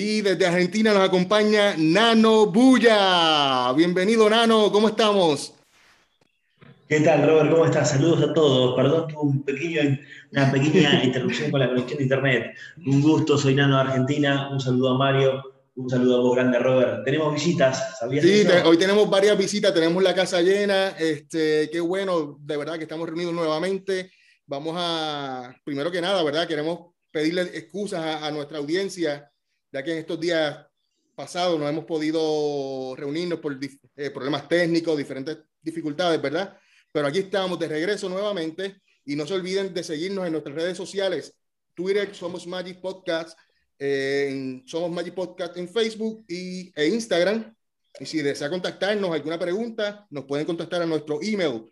Y desde Argentina nos acompaña Nano Bulla. Bienvenido, Nano, ¿cómo estamos? ¿Qué tal, Robert? ¿Cómo estás? Saludos a todos. Perdón, tuve una pequeña interrupción con la conexión de internet. Un gusto, soy Nano de Argentina. Un saludo a Mario, un saludo a vos, grande Robert. Tenemos visitas, ¿sabías Sí, eso? hoy tenemos varias visitas, tenemos la casa llena. Qué bueno, de verdad que estamos reunidos nuevamente. Vamos a, primero que nada, ¿verdad? Queremos pedirle excusas a nuestra audiencia, ya que en estos días pasados no hemos podido reunirnos por problemas técnicos, diferentes dificultades, ¿verdad? Pero aquí estamos de regreso nuevamente y no se olviden de seguirnos en nuestras redes sociales. Twitter, Somos Magic Podcast, Somos Magic Podcast en Facebook e Instagram. Y si desea contactarnos, alguna pregunta, nos pueden contactar a nuestro email,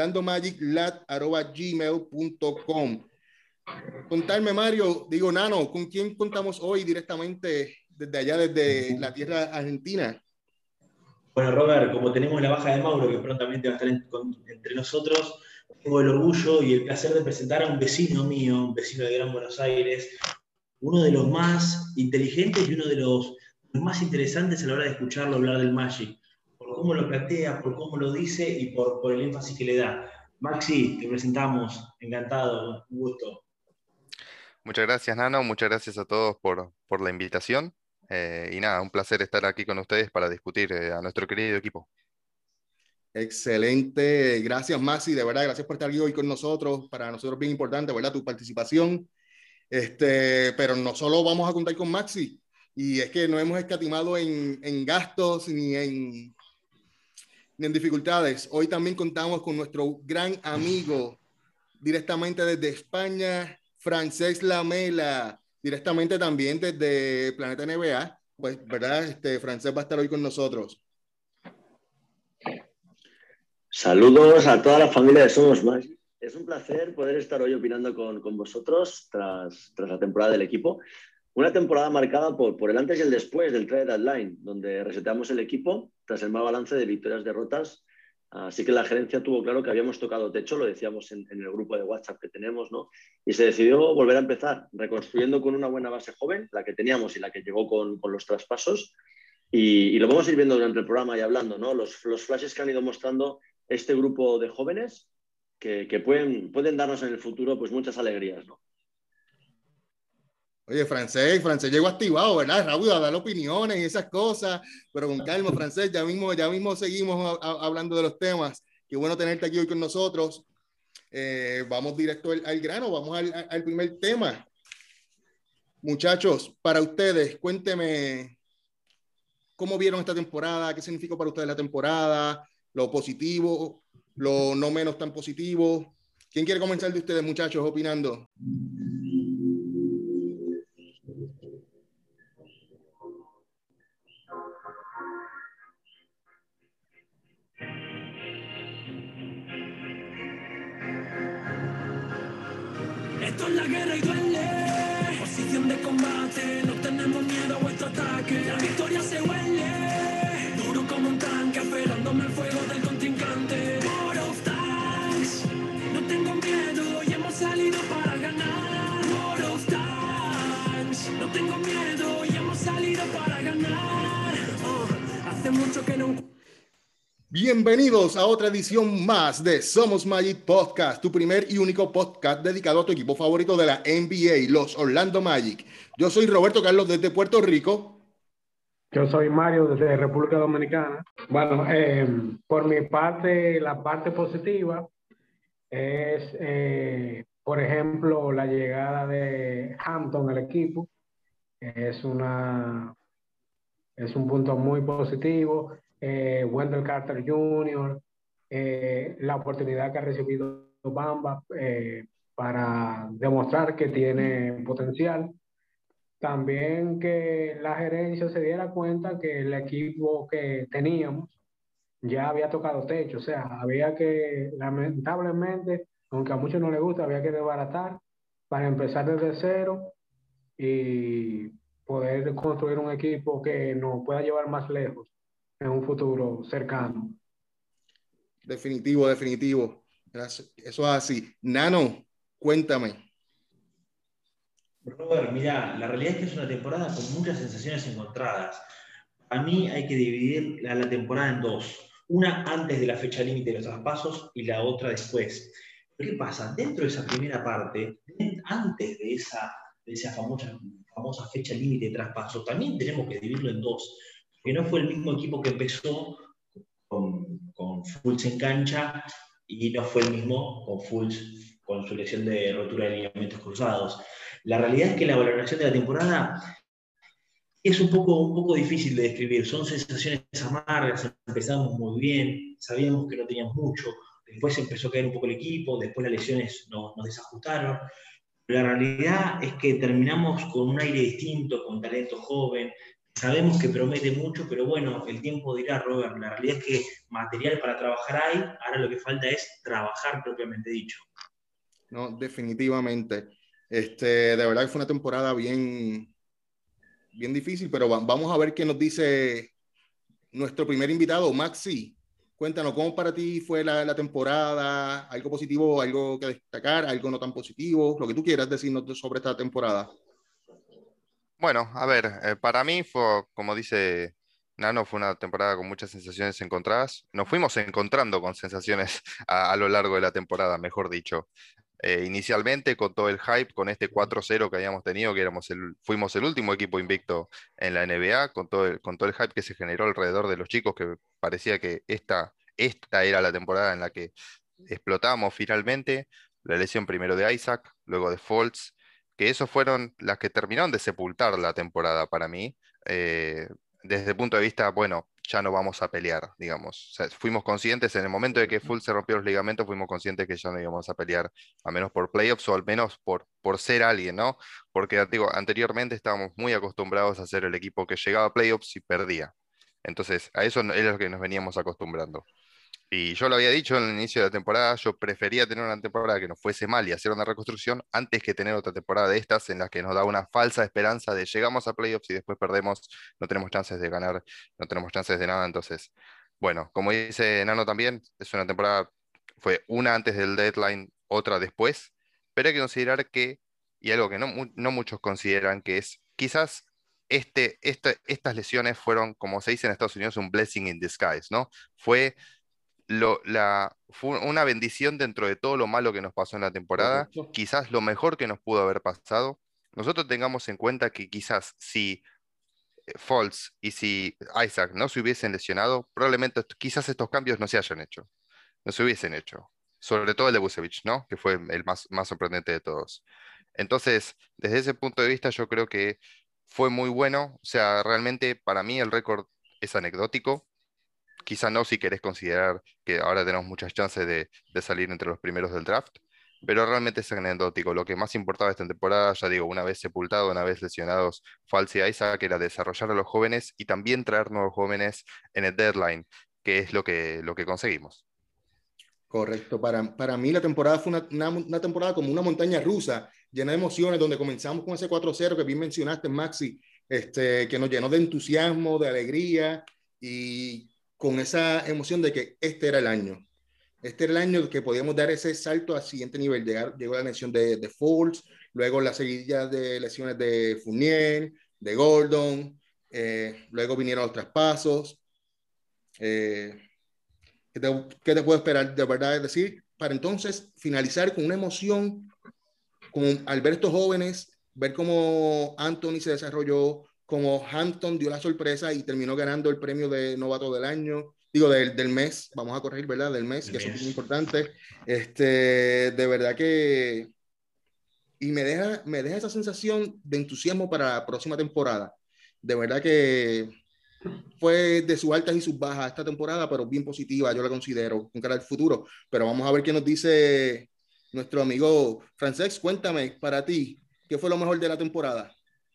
orlandomagiclat@gmail.com. Contarme, Mario, digo, Nano, ¿con quién contamos hoy directamente desde allá, desde la tierra argentina? Bueno, Robert, como tenemos la baja de Mauro, que prontamente va a estar entre nosotros, tengo el orgullo y el placer de presentar a un vecino mío, un vecino de Gran Buenos Aires, uno de los más inteligentes y uno de los más interesantes a la hora de escucharlo hablar del Magic, por cómo lo plantea, por cómo lo dice y por el énfasis que le da. Maxi, te presentamos, encantado, un gusto. Muchas gracias, Nano. Muchas gracias a todos por la invitación. Y nada, un placer estar aquí con ustedes para discutir a nuestro querido equipo. Excelente, gracias Maxi, de verdad, gracias por estar aquí hoy con nosotros, para nosotros bien importante, ¿verdad? Tu participación, pero no solo vamos a contar con Maxi, y es que no hemos escatimado en gastos ni en dificultades. Hoy también contamos con nuestro gran amigo directamente desde España, Francesc Lamela, directamente también desde Planeta NBA, pues, ¿verdad? Francesc va a estar hoy con nosotros. Saludos a toda la familia de Somos Más. Es un placer poder estar hoy opinando con vosotros tras la temporada del equipo. Una temporada marcada por el antes y el después del trade deadline, donde reseteamos el equipo tras el mal balance de victorias-derrotas. Así que la gerencia tuvo claro que habíamos tocado techo, lo decíamos en el grupo de WhatsApp que tenemos, ¿no? Y se decidió volver a empezar, reconstruyendo con una buena base joven, la que teníamos y la que llegó con los traspasos. Y lo vamos a ir viendo durante el programa y hablando, ¿no? Los flashes que han ido mostrando este grupo de jóvenes que pueden darnos en el futuro pues muchas alegrías, ¿no? Oye, Francés llegó activado, ¿verdad? Rápido a dar opiniones y esas cosas, pero con calma, Francés, ya mismo seguimos hablando de los temas. Qué bueno tenerte aquí hoy con nosotros. Vamos directo al grano, vamos al primer tema. Muchachos, para ustedes, cuénteme cómo vieron esta temporada, qué significó para ustedes la temporada, lo positivo, lo no menos tan positivo. ¿Quién quiere comenzar de ustedes, muchachos, opinando? Esto es la guerra y duele. Posición de combate, no tenemos miedo a vuestro ataque. La victoria se huele, duro como un tanque, aferrándome al fuego del contrincante. War of Tanks, no tengo miedo y hemos salido para ganar. War of Tanks, no tengo miedo y hemos salido para ganar. Hace mucho que no... Bienvenidos a otra edición más de Somos Magic Podcast, tu primer y único podcast dedicado a tu equipo favorito de la NBA, los Orlando Magic. Yo soy Roberto Carlos desde Puerto Rico. Yo soy Mario desde República Dominicana. Bueno, por mi parte, la parte positiva es, por ejemplo, la llegada de Hampton al equipo. Es es un punto muy positivo. Wendell Carter Jr., la oportunidad que ha recibido Bamba para demostrar que tiene potencial. También que la gerencia se diera cuenta que el equipo que teníamos ya había tocado techo, o sea, había que, lamentablemente, aunque a muchos no les gusta, había que desbaratar para empezar desde cero y poder construir un equipo que nos pueda llevar más lejos en un futuro cercano. Definitivo, definitivo. Eso es así. Nano, cuéntame. Robert, mira, la realidad es que es una temporada con muchas sensaciones encontradas. A mí hay que dividir la temporada en dos. Una antes de la fecha límite de los traspasos y la otra después. Pero ¿qué pasa? Dentro de esa primera parte, antes de esa famosa fecha límite de traspasos, también tenemos que dividirlo en dos. Porque no fue el mismo equipo que empezó con Fultz en cancha y no fue el mismo con Fultz con su lesión de rotura de ligamentos cruzados. La realidad es que la valoración de la temporada es un poco difícil de describir. Son sensaciones amargas. Empezamos muy bien, sabíamos que no teníamos mucho. Después empezó a caer un poco el equipo, después las lesiones nos desajustaron. La realidad es que terminamos con un aire distinto, con talento joven. Sabemos que promete mucho, pero bueno, el tiempo dirá, Robert. La realidad es que material para trabajar hay, ahora lo que falta es trabajar propiamente dicho. No, definitivamente. De verdad que fue una temporada bien, bien difícil, pero vamos a ver qué nos dice nuestro primer invitado, Maxi. Cuéntanos, ¿cómo para ti fue la temporada? ¿Algo positivo, algo que destacar, algo no tan positivo? Lo que tú quieras decirnos sobre esta temporada. Bueno, a ver, para mí fue, como dice Nano, fue una temporada con muchas sensaciones encontradas. Nos fuimos encontrando con sensaciones a lo largo de la temporada, mejor dicho. Inicialmente con todo el hype, con este 4-0 que habíamos tenido, que fuimos el último equipo invicto en la NBA, con todo el hype que se generó alrededor de los chicos, que parecía que esta era la temporada en la que explotamos finalmente. La lesión primero de Isaac, luego de Fultz, que esos fueron las que terminaron de sepultar la temporada para mí. Eh, Desde el punto de vista, bueno, ya no vamos a pelear, digamos. O sea, fuimos conscientes en el momento de que Fultz se rompió los ligamentos, fuimos conscientes que ya no íbamos a pelear, a menos por playoffs o al menos por ser alguien, ¿no? Porque digo, anteriormente estábamos muy acostumbrados a ser el equipo que llegaba a playoffs y perdía. Entonces, a eso es lo que nos veníamos acostumbrando. Y yo lo había dicho en el inicio de la temporada, yo prefería tener una temporada que nos fuese mal y hacer una reconstrucción antes que tener otra temporada de estas en las que nos da una falsa esperanza de llegamos a playoffs y después perdemos, no tenemos chances de ganar, no tenemos chances de nada. Entonces, bueno, como dice Nano también, es una temporada, fue una antes del deadline, otra después, pero hay que considerar que, y algo que no muchos consideran, que es quizás estas lesiones fueron, como se dice en Estados Unidos, un blessing in disguise, ¿no? Fue una bendición dentro de todo lo malo que nos pasó en la temporada, Correcto. quizás lo mejor que nos pudo haber pasado. Nosotros tengamos en cuenta que quizás si Fultz y si Isaac no se hubiesen lesionado, probablemente quizás estos cambios no se hayan hecho, no se hubiesen hecho. Sobre todo el de Vucevic, ¿no? Que fue el más sorprendente de todos. Entonces, desde ese punto de vista, yo creo que fue muy bueno. O sea, realmente para mí el récord es anecdótico. Quizá no si querés considerar que ahora tenemos muchas chances de salir entre los primeros del draft, pero realmente es anecdótico. Lo que más importaba esta temporada, ya digo, una vez sepultado, una vez lesionados Fultz y Isaac, era desarrollar a los jóvenes y también traer nuevos jóvenes en el deadline, que es lo que conseguimos. Correcto. Para mí la temporada fue una temporada como una montaña rusa, llena de emociones, donde comenzamos con ese 4-0 que bien mencionaste, Maxi, que nos llenó de entusiasmo, de alegría y con esa emoción de que este era el año. Este era el año que podíamos dar ese salto al siguiente nivel. Llegó la lesión de Fultz, luego la seguidilla de lesiones de Fournier, de Gordon, luego vinieron los traspasos. ¿Qué te puedo esperar de verdad? Es decir, para entonces finalizar con una emoción, al ver estos jóvenes, ver cómo Anthony se desarrolló, cómo Hampton dio la sorpresa y terminó ganando el premio de novato del año, digo, del mes, vamos a corregir, ¿verdad? Del mes, que eso es muy importante. De verdad que, y me deja esa sensación de entusiasmo para la próxima temporada. De verdad que fue de sus altas y sus bajas esta temporada, pero bien positiva, yo la considero, con cara al futuro. Pero vamos a ver qué nos dice nuestro amigo Francesc. Cuéntame, para ti, ¿qué fue lo mejor de la temporada?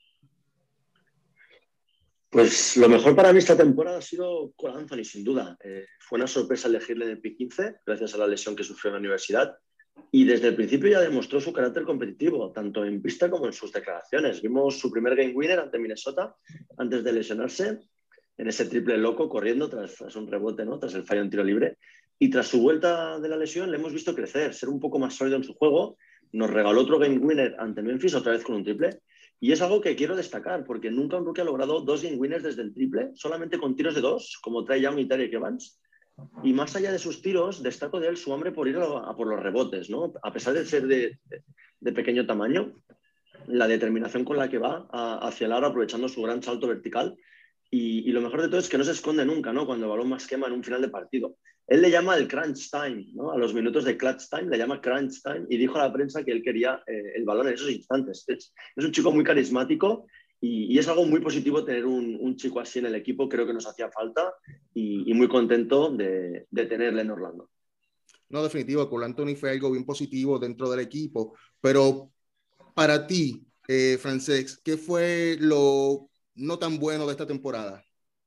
Pues lo mejor para mí esta temporada ha sido Cole Anthony, sin duda. Fue una sorpresa elegirle en el pick 15, gracias a la lesión que sufrió en la universidad. Y desde el principio ya demostró su carácter competitivo, tanto en pista como en sus declaraciones. Vimos su primer game winner ante Minnesota, antes de lesionarse, en ese triple loco, corriendo tras un rebote, ¿no? Tras el fallo en tiro libre. Y tras su vuelta de la lesión le hemos visto crecer, ser un poco más sólido en su juego nos regaló otro game winner ante Memphis, otra vez con un triple. Y es algo que quiero destacar, porque nunca un rookie ha logrado 2 game winners desde el triple, solamente con tiros de 2, como Trae Young y Tariq Evans. Y más allá de sus tiros, destaco de él su hambre por ir a por los rebotes, ¿no? A pesar de ser de pequeño tamaño, la determinación con la que va hacia el aro, aprovechando su gran salto vertical. Y lo mejor de todo es que no se esconde nunca, ¿no? Cuando el balón más quema en un final de partido. Él le llama el crunch time, ¿no? A los minutos de clutch time le llama crunch time y dijo a la prensa que él quería el balón en esos instantes. Es un chico muy carismático y es algo muy positivo tener un chico así en el equipo. Creo que nos hacía falta y muy contento de tenerle en Orlando. No, definitivo, Cole Anthony fue algo bien positivo dentro del equipo, pero para ti, Francesc, ¿qué fue lo no tan bueno de esta temporada?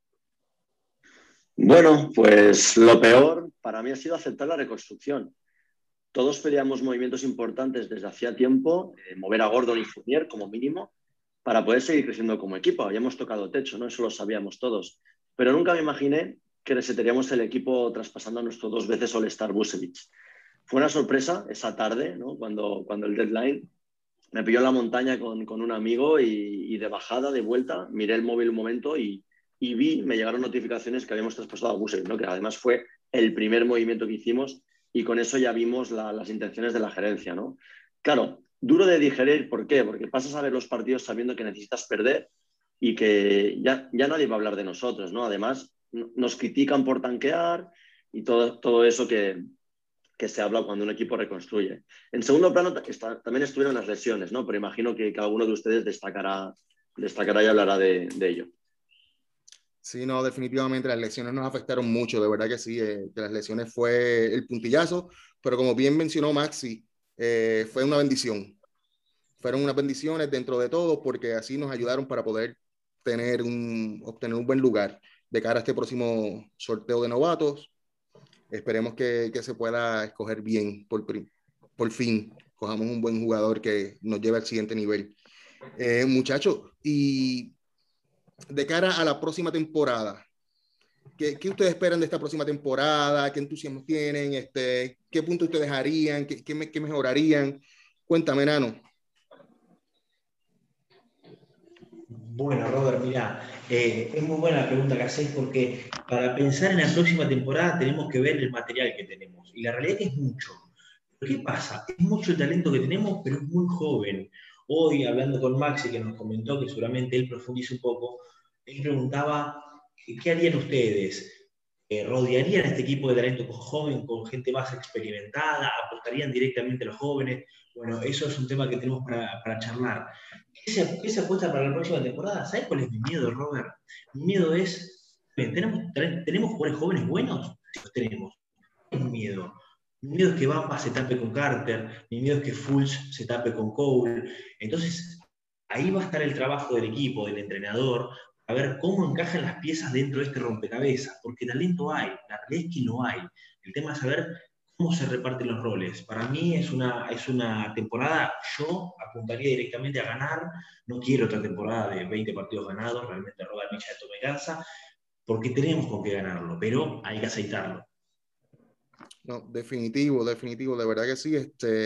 Bueno, pues lo peor para mí ha sido aceptar la reconstrucción. Todos pedíamos movimientos importantes desde hacía tiempo, mover a Gordon y Fournier como mínimo, para poder seguir creciendo como equipo. Habíamos tocado techo, ¿no? Eso lo sabíamos todos. Pero nunca me imaginé que resetearíamos el equipo traspasando a nuestro 2 veces All-Star Vucevic. Fue una sorpresa esa tarde, ¿no? Cuando el deadline me pilló en la montaña con un amigo y de bajada, de vuelta, miré el móvil un momento y vi, me llegaron notificaciones que habíamos traspasado a Vucevic, ¿no? Que además fue el primer movimiento que hicimos y con eso ya vimos las intenciones de la gerencia, ¿no? Claro, duro de digerir, ¿por qué? Porque pasas a ver los partidos sabiendo que necesitas perder y que ya nadie va a hablar de nosotros, ¿no? Además, nos critican por tanquear y todo eso que se habla cuando un equipo reconstruye. En segundo plano también estuvieron las lesiones, ¿no? Pero imagino que alguno de ustedes destacará y hablará de ello. Sí, no, definitivamente las lesiones nos afectaron mucho, de verdad que sí, que las lesiones fue el puntillazo, pero como bien mencionó Maxi, fue una bendición. Fueron unas bendiciones dentro de todo porque así nos ayudaron para poder obtener un buen lugar de cara a este próximo sorteo de novatos. Esperemos que se pueda escoger bien por fin. Cojamos un buen jugador que nos lleve al siguiente nivel. Muchachos, y de cara a la próxima temporada, ¿qué ustedes esperan de esta próxima temporada? ¿Qué entusiasmo tienen? ¿Qué puntos ustedes harían? ¿Qué mejorarían? Cuéntame, Nano. Bueno, Robert, mira, es muy buena la pregunta que hacéis porque para pensar en la próxima temporada tenemos que ver el material que tenemos. Y la realidad es que es mucho. ¿Pero qué pasa? Es mucho el talento que tenemos, pero es muy joven. Hoy, hablando con Maxi, que nos comentó que seguramente él profundiza un poco, él preguntaba, ¿qué harían ustedes? ¿Rodearían este equipo de talento joven con gente más experimentada? ¿Apostarían directamente a los jóvenes? Bueno, eso es un tema que tenemos para charlar. ¿Qué se apuesta para la próxima temporada? ¿Sabes cuál es mi miedo, Robert? Mi miedo es, ¿tenemos jugadores jóvenes buenos? Sí, los tenemos. ¿Qué es mi miedo? Mi miedo es que Bamba se tape con Carter, mi miedo es que Fultz se tape con Cole. Entonces, ahí va a estar el trabajo del equipo, del entrenador, a ver cómo encajan las piezas dentro de este rompecabezas, porque talento hay, la realidad es que lo hay. El tema es saber cómo se reparten los roles. Para mí es una temporada, yo apuntaría directamente a ganar, no quiero otra temporada de 20 partidos ganados, realmente Robert Micha esto me cansa, porque tenemos con qué ganarlo, pero hay que aceitarlo. No, definitivo, de verdad que sí.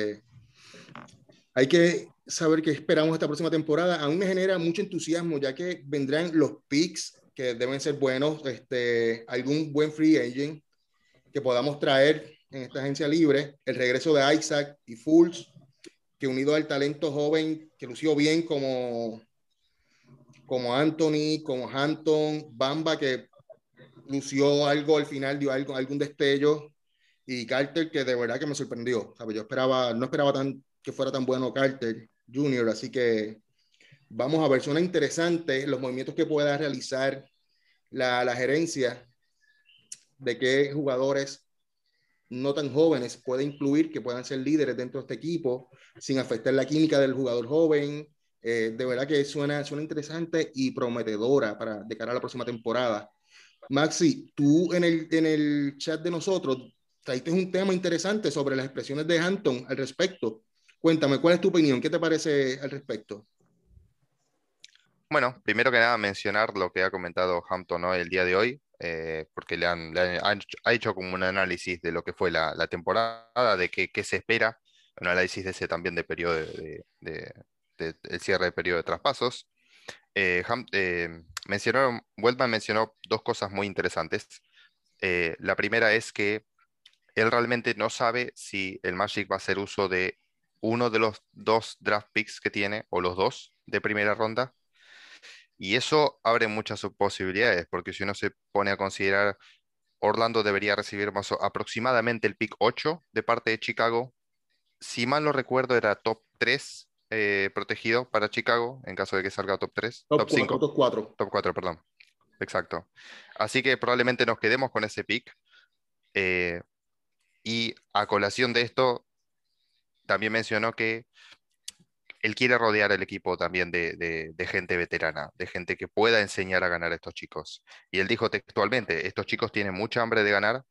Hay que saber qué esperamos esta próxima temporada. A mí me genera mucho entusiasmo, ya que vendrán los picks que deben ser buenos, algún buen free agent que podamos traer en esta agencia libre, el regreso de Isaac y Fultz, que unido al talento joven que lució bien como Anthony, como Hampton, Bamba, que lució algo al final, dio algún destello, y Carter, que de verdad que me sorprendió. ¿Sabes? No esperaba que fuera tan bueno Carter Jr., así que vamos a ver, suena interesante los movimientos que pueda realizar la gerencia, de qué jugadores no tan jóvenes puede incluir, que puedan ser líderes dentro de este equipo sin afectar la química del jugador joven. De verdad que suena interesante y prometedora de cara a la próxima temporada. Maxi, tú en el chat de nosotros traiste un tema interesante sobre las expresiones de Hampton al respecto. Cuéntame, ¿cuál es tu opinión? ¿Qué te parece al respecto? Bueno, primero que nada mencionar lo que ha comentado Hampton, ¿no? El día de hoy, porque ha hecho como un análisis de lo que fue la temporada, de qué se espera un análisis de ese también de periodo el cierre de periodo de traspasos. Weltman mencionó dos cosas muy interesantes. La primera es que él realmente no sabe si el Magic va a hacer uso de uno de los dos draft picks que tiene, o los dos de primera ronda, y eso abre muchas posibilidades, porque si uno se pone a considerar, Orlando debería recibir aproximadamente el pick 8 de parte de Chicago. Si mal no recuerdo, era top 3 protegido para Chicago, en caso de que salga top 3, Top top 4, 5, top 4. top 4, perdón. Exacto. Así que probablemente nos quedemos con ese pick. Y a colación de esto, también mencionó que él quiere rodear el equipo también de gente veterana, de gente que pueda enseñar a ganar a estos chicos. Y él dijo textualmente, estos chicos tienen mucha hambre de ganar,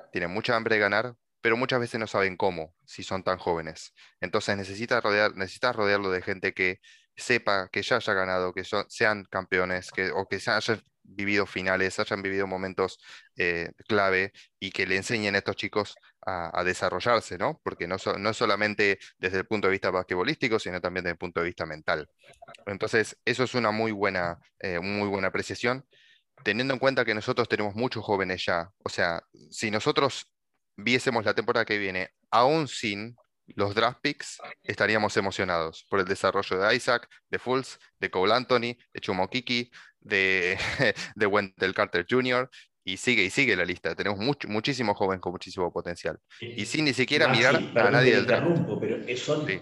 pero muchas veces no saben cómo, si son tan jóvenes. Entonces necesitas rodearlo de gente que sepa, que ya haya ganado, sean campeones, o que hayan vivido finales, hayan vivido momentos clave, y que le enseñen a estos chicos a desarrollarse, ¿no? Porque no es solamente desde el punto de vista basquetbolístico, sino también desde el punto de vista mental. Entonces, eso es una muy buena apreciación, teniendo en cuenta que nosotros tenemos muchos jóvenes ya. O sea, si nosotros viésemos la temporada que viene aún sin los draft picks, estaríamos emocionados por el desarrollo de Isaac, de Fultz, de Cole Anthony, de Chumokiki, de, de Wendell Carter Jr., y sigue la lista. Tenemos muchísimos jóvenes con muchísimo potencial. Y sin ni siquiera Maxi, mirar a perdón que nadie te del draft. interrumpo, pero Sí,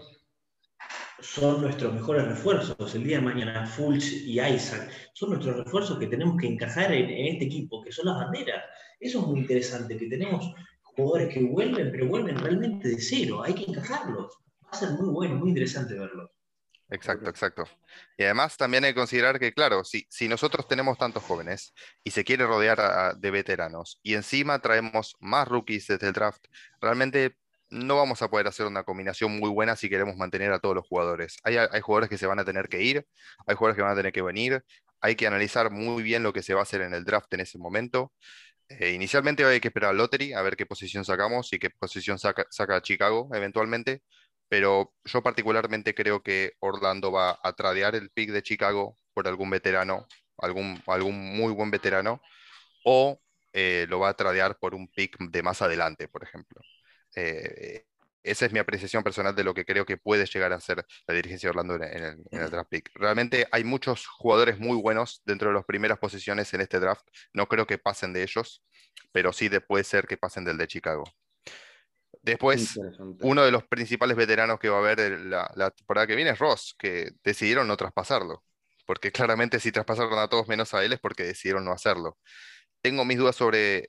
son nuestros mejores refuerzos. El día de mañana, Fulch y Isaac son nuestros refuerzos que tenemos que encajar en este equipo, que son las banderas. Eso es muy interesante, que tenemos jugadores que vuelven, pero vuelven realmente de cero. Hay que encajarlos. Va a ser muy bueno, muy interesante verlos. exacto, exacto. Y además también hay que considerar que, claro, si nosotros tenemos tantos jóvenes y se quiere rodear de veteranos, y encima traemos más rookies desde el draft, realmente no vamos a poder hacer una combinación muy buena si queremos mantener a todos los jugadores. Hay jugadores que se van a tener que ir, hay jugadores que van a tener que venir, hay que analizar muy bien lo que se va a hacer en el draft en ese momento. Inicialmente hay que esperar al lottery, a ver qué posición sacamos y qué posición saca Chicago eventualmente, pero yo particularmente creo que Orlando va a tradear el pick de Chicago por algún veterano, algún muy buen veterano, o lo va a tradear por un pick de más adelante, por ejemplo. Eh, Esa es mi apreciación personal de lo que creo que puede llegar a ser la dirigencia de Orlando en el draft pick. Realmente hay muchos jugadores muy buenos dentro de las primeras posiciones en este draft. No creo que pasen de ellos, pero sí puede ser que pasen del de Chicago. Después, Interesante. uno de los principales veteranos que va a haber la temporada que viene es Ross, que decidieron no traspasarlo. Porque claramente si traspasaron a todos menos a él es porque decidieron no hacerlo. Tengo mis dudas sobre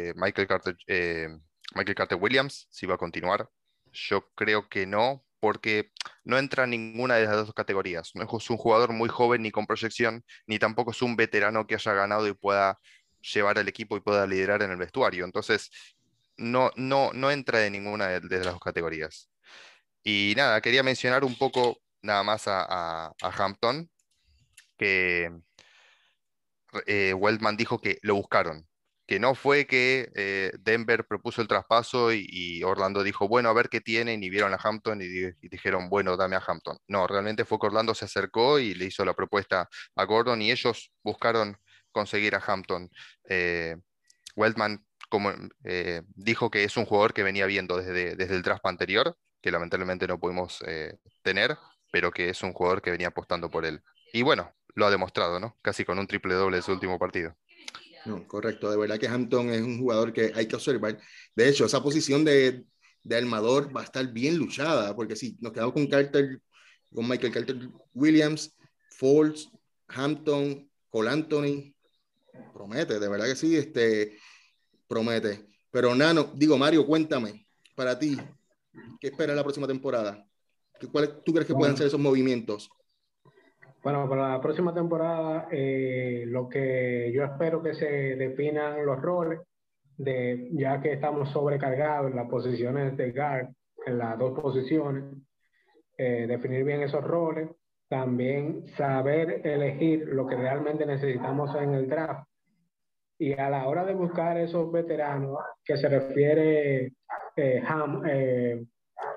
Michael Carter Williams, si va a continuar. Yo creo que no, porque no entra en ninguna de las dos categorías. No es un jugador muy joven ni con proyección, ni tampoco es un veterano que haya ganado y pueda llevar al equipo y pueda liderar en el vestuario. Entonces, no entra en ninguna de las dos categorías. Y nada, quería mencionar un poco nada más a Hampton, que Weltman dijo que lo buscaron, que no fue que Denver propuso el traspaso y Orlando dijo, bueno, a ver qué tienen, y vieron a Hampton y dijeron, bueno, dame a Hampton. No, realmente fue que Orlando se acercó y le hizo la propuesta a Gordon, y ellos buscaron conseguir a Hampton. Weltman dijo que es un jugador que venía viendo desde el draft anterior, que lamentablemente no pudimos tener, pero que es un jugador que venía apostando por él. Y bueno, lo ha demostrado, ¿no? Casi con un triple doble en su último partido. No, correcto. De verdad que Hampton es un jugador que hay que observar. De hecho, esa posición de armador va a estar bien luchada, porque si nos quedamos con Michael Carter Williams, Fultz, Hampton, Cole Anthony, promete, de verdad que sí, promete. Pero Mario, cuéntame, para ti, ¿qué esperas la próxima temporada? ¿Cuáles tú crees que pueden ser esos movimientos? Bueno, para la próxima temporada, lo que yo espero que se definan los roles, ya que estamos sobrecargados en las posiciones de guard, en las dos posiciones, definir bien esos roles, también saber elegir lo que realmente necesitamos en el draft. Y a la hora de buscar esos veteranos, que se refiere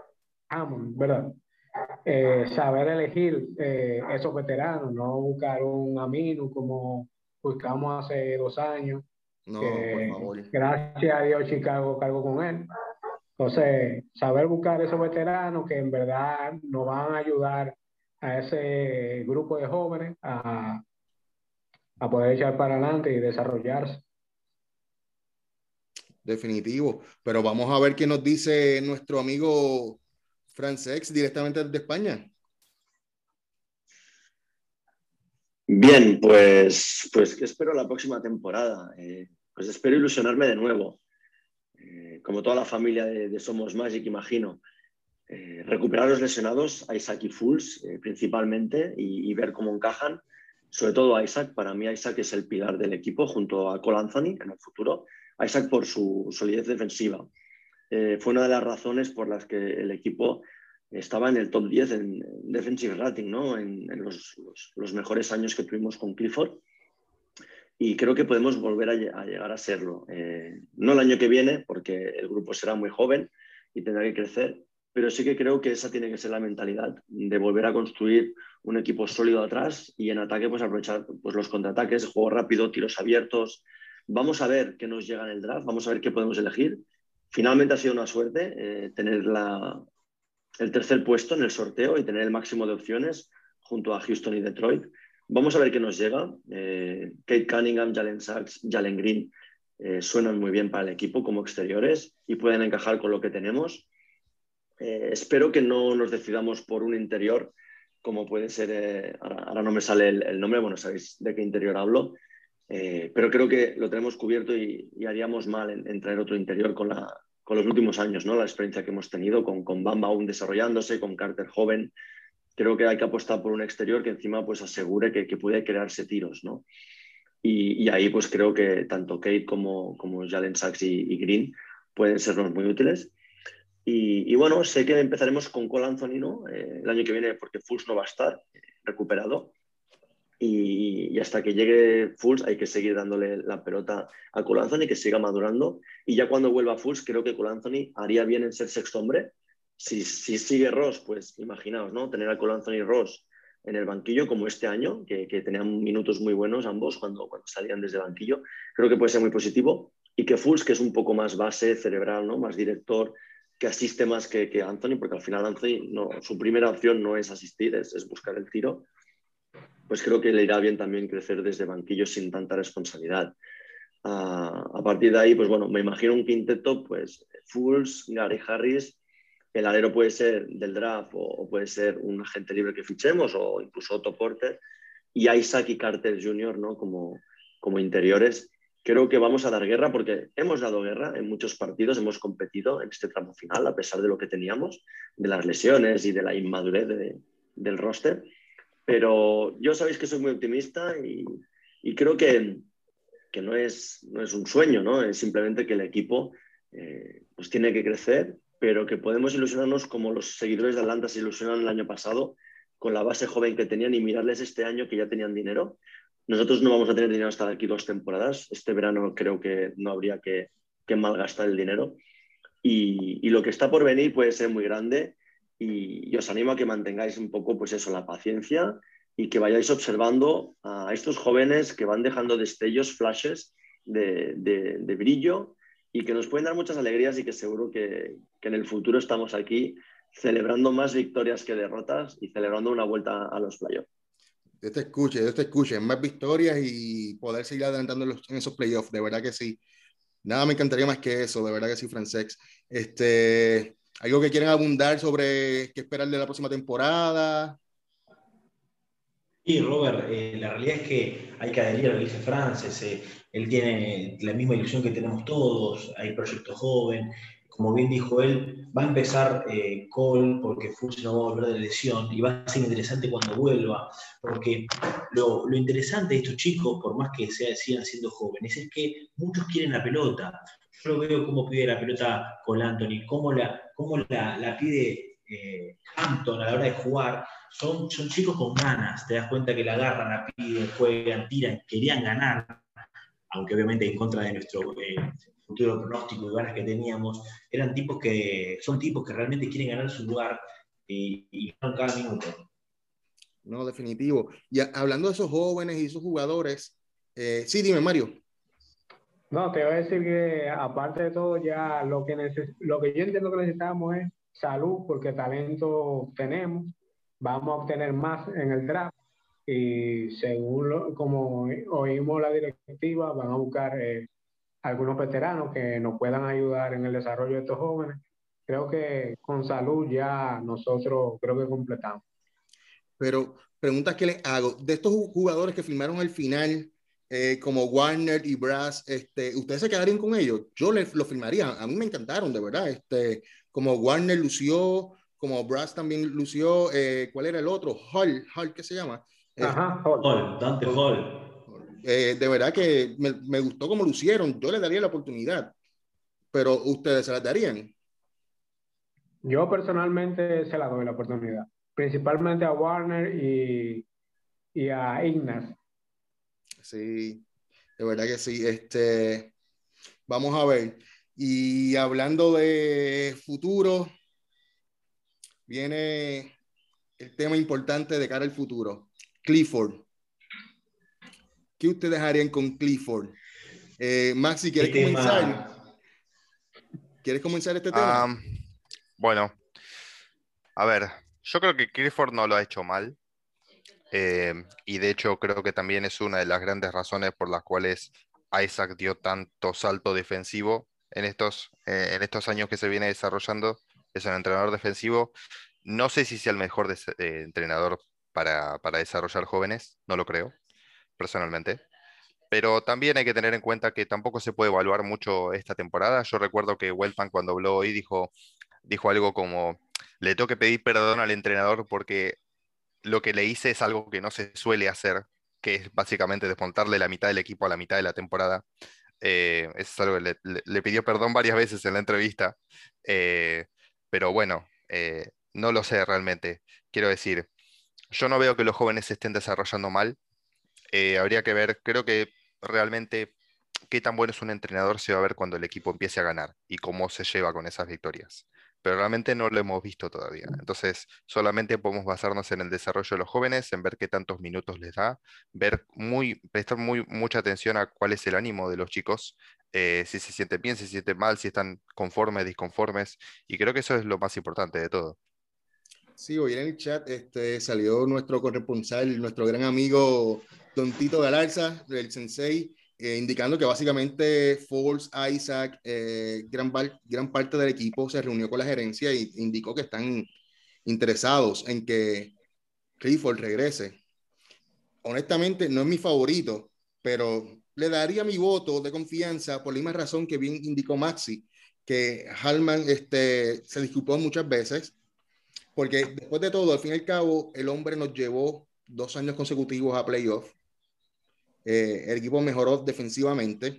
Hammond, ¿verdad? Saber elegir esos veteranos, no buscar un Aminu como buscamos hace 2 años, No, por que favor. gracias a Dios Chicago cargó con él. Entonces, saber buscar esos veteranos que en verdad nos van a ayudar a ese grupo de jóvenes a poder echar para adelante y desarrollarse. Definitivo. Pero vamos a ver qué nos dice nuestro amigo Francex directamente desde España. Bien, pues ¿qué espero la próxima temporada? Pues espero ilusionarme de nuevo. Como toda la familia de Somos Magic, imagino. Recuperar a los lesionados, a Isaac y Fultz principalmente, y ver cómo encajan. Sobre todo a Isaac. Para mí Isaac es el pilar del equipo junto a Cole Anthony en el futuro. Isaac por su solidez defensiva. Fue una de las razones por las que el equipo estaba en el top 10 en defensive rating, ¿no? en los mejores años que tuvimos con Clifford. Y creo que podemos volver a llegar a serlo. No el año que viene, porque el grupo será muy joven y tendrá que crecer, pero sí que creo que esa tiene que ser la mentalidad de volver a construir un equipo sólido atrás y en ataque pues aprovechar pues, los contraataques, juego rápido, tiros abiertos. Vamos a ver qué nos llega en el draft, vamos a ver qué podemos elegir. Finalmente ha sido una suerte tener el tercer puesto en el sorteo y tener el máximo de opciones junto a Houston y Detroit. Vamos a ver qué nos llega. Kate Cunningham, Jalen Sachs, Jalen Green suenan muy bien para el equipo como exteriores y pueden encajar con lo que tenemos. Espero que no nos decidamos por un interior, como puede ser, ahora no me sale el nombre, bueno, sabéis de qué interior hablo, pero creo que lo tenemos cubierto y haríamos mal en traer otro interior con los últimos años, ¿no? La experiencia que hemos tenido con Bamba aún desarrollándose, con Carter joven. Creo que hay que apostar por un exterior que encima pues asegure que puede crearse tiros, ¿no? Y ahí pues creo que tanto Kate como Jalen Sachs y Green pueden sernos muy útiles. Y bueno, sé que empezaremos con Cole Anthony, ¿no? El año que viene, porque Fultz no va a estar recuperado. Y hasta que llegue Fultz hay que seguir dándole la pelota a Cole Anthony, que siga madurando. Y ya cuando vuelva Fultz, creo que Cole Anthony haría bien en ser sexto hombre. Si sigue Ross, pues imaginaos, ¿no? Tener a Cole Anthony y Ross en el banquillo, como este año, que tenían minutos muy buenos ambos cuando salían desde el banquillo. Creo que puede ser muy positivo. Y que Fultz, que es un poco más base cerebral, ¿no? Más director, que asiste más que Anthony, porque al final Anthony, su primera opción no es asistir, es buscar el tiro. Pues creo que le irá bien también crecer desde banquillo sin tanta responsabilidad. A partir de ahí, pues bueno, me imagino un quinteto, pues Fultz, Gary Harris, el alero puede ser del draft o puede ser un agente libre que fichemos o incluso Otto Porter, y Isaac y Carter Jr., ¿no? como interiores. Creo que vamos a dar guerra porque hemos dado guerra en muchos partidos, hemos competido en este tramo final a pesar de lo que teníamos, de las lesiones y de la inmadurez del roster. Pero yo sabéis que soy muy optimista y creo que no es un sueño, ¿no? Es simplemente que el equipo pues tiene que crecer, pero que podemos ilusionarnos como los seguidores de Atlanta se ilusionaron el año pasado con la base joven que tenían y mirarles este año que ya tenían dinero. Nosotros no vamos a tener dinero hasta aquí 2 temporadas. Este verano creo que no habría que malgastar el dinero. Y lo que está por venir puede ser muy grande y os animo a que mantengáis un poco, pues eso, la paciencia y que vayáis observando a estos jóvenes que van dejando destellos, flashes de brillo y que nos pueden dar muchas alegrías y que seguro que en el futuro estamos aquí celebrando más victorias que derrotas y celebrando una vuelta a los playoffs. Dios te escuche, más victorias y poder seguir adelantando en esos playoffs, de verdad que sí. Nada me encantaría más que eso, de verdad que sí, Francex. ¿Algo que quieren abundar sobre qué esperar de la próxima temporada? Sí, Robert, la realidad es que hay que adherir a lo que dice Frances. Él tiene la misma ilusión que tenemos todos, hay proyecto joven. Como bien dijo él, va a empezar Cole porque Fultz no va a volver de lesión y va a ser interesante cuando vuelva, porque lo interesante de estos chicos, por más que sigan siendo jóvenes, es que muchos quieren la pelota. Yo lo veo cómo pide la pelota Cole Anthony, cómo la pide Hampton a la hora de jugar. Son chicos con ganas, te das cuenta que la agarran, la piden, juegan, tiran, querían ganar, aunque obviamente en contra de futuro pronóstico y ganas que teníamos, son tipos que realmente quieren ganar su lugar y ganan cada minuto. No, definitivo. Y hablando de esos jóvenes y esos jugadores, sí, dime, Mario. No, te voy a decir que aparte de todo, ya lo que yo entiendo que necesitamos es salud, porque talento tenemos, vamos a obtener más en el draft y según como oímos la directiva, van a buscar algunos veteranos que nos puedan ayudar en el desarrollo de estos jóvenes. Creo que con salud ya nosotros creo que completamos. Pero preguntas que les hago, de estos jugadores que firmaron al final, como Warner y Brass, ¿ustedes se quedarían con ellos? Yo lo firmaría, a mí me encantaron, de verdad. Como Warner lució, como Brass también lució, ¿cuál era el otro? Hall, ¿qué se llama? Ajá, Hall. Dante Hall. De verdad que me gustó cómo lucieron, yo les daría la oportunidad, pero ¿ustedes se las darían? Yo personalmente se la doy la oportunidad, principalmente a Warner y a Ignas. Sí, de verdad que sí. Vamos a ver. Y hablando de futuro, viene el tema importante de cara al futuro. Clifford. ¿Qué ustedes harían con Clifford? Maxi, ¿quieres comenzar? ¿Quieres comenzar este tema? Bueno, a ver, yo creo que Clifford no lo ha hecho mal. Y de hecho creo que también es una de las grandes razones por las cuales Isaac dio tanto salto defensivo en estos años que se viene desarrollando. Es un entrenador defensivo. No sé si sea el mejor entrenador para desarrollar jóvenes, no lo creo, personalmente. Pero también hay que tener en cuenta que tampoco se puede evaluar mucho esta temporada. Yo recuerdo que Welpan cuando habló hoy dijo algo como, le tengo que pedir perdón al entrenador porque lo que le hice es algo que no se suele hacer, que es básicamente desmontarle la mitad del equipo a la mitad de la temporada. Eso es algo que le pidió perdón varias veces en la entrevista. Pero bueno, no lo sé realmente. Quiero decir, yo no veo que los jóvenes se estén desarrollando mal. Habría que ver, creo que realmente qué tan bueno es un entrenador se va a ver cuando el equipo empiece a ganar y cómo se lleva con esas victorias. Pero realmente no lo hemos visto todavía. Entonces, solamente podemos basarnos en el desarrollo de los jóvenes, en ver qué tantos minutos les da, prestar mucha atención a cuál es el ánimo de los chicos, si se sienten bien, si se sienten mal, si están conformes, disconformes. Y creo que eso es lo más importante de todo. Sí, hoy en el chat salió nuestro corresponsal, nuestro gran amigo Don Tito Galarza, del Sensei, indicando que básicamente Foles, Isaac, gran parte del equipo se reunió con la gerencia e indicó que están interesados en que Clifford regrese. Honestamente, no es mi favorito, pero le daría mi voto de confianza por la misma razón que bien indicó Maxi, que Hallman se disculpó muchas veces, porque después de todo, al fin y al cabo, el hombre nos llevó 2 años consecutivos a playoff. El equipo mejoró defensivamente.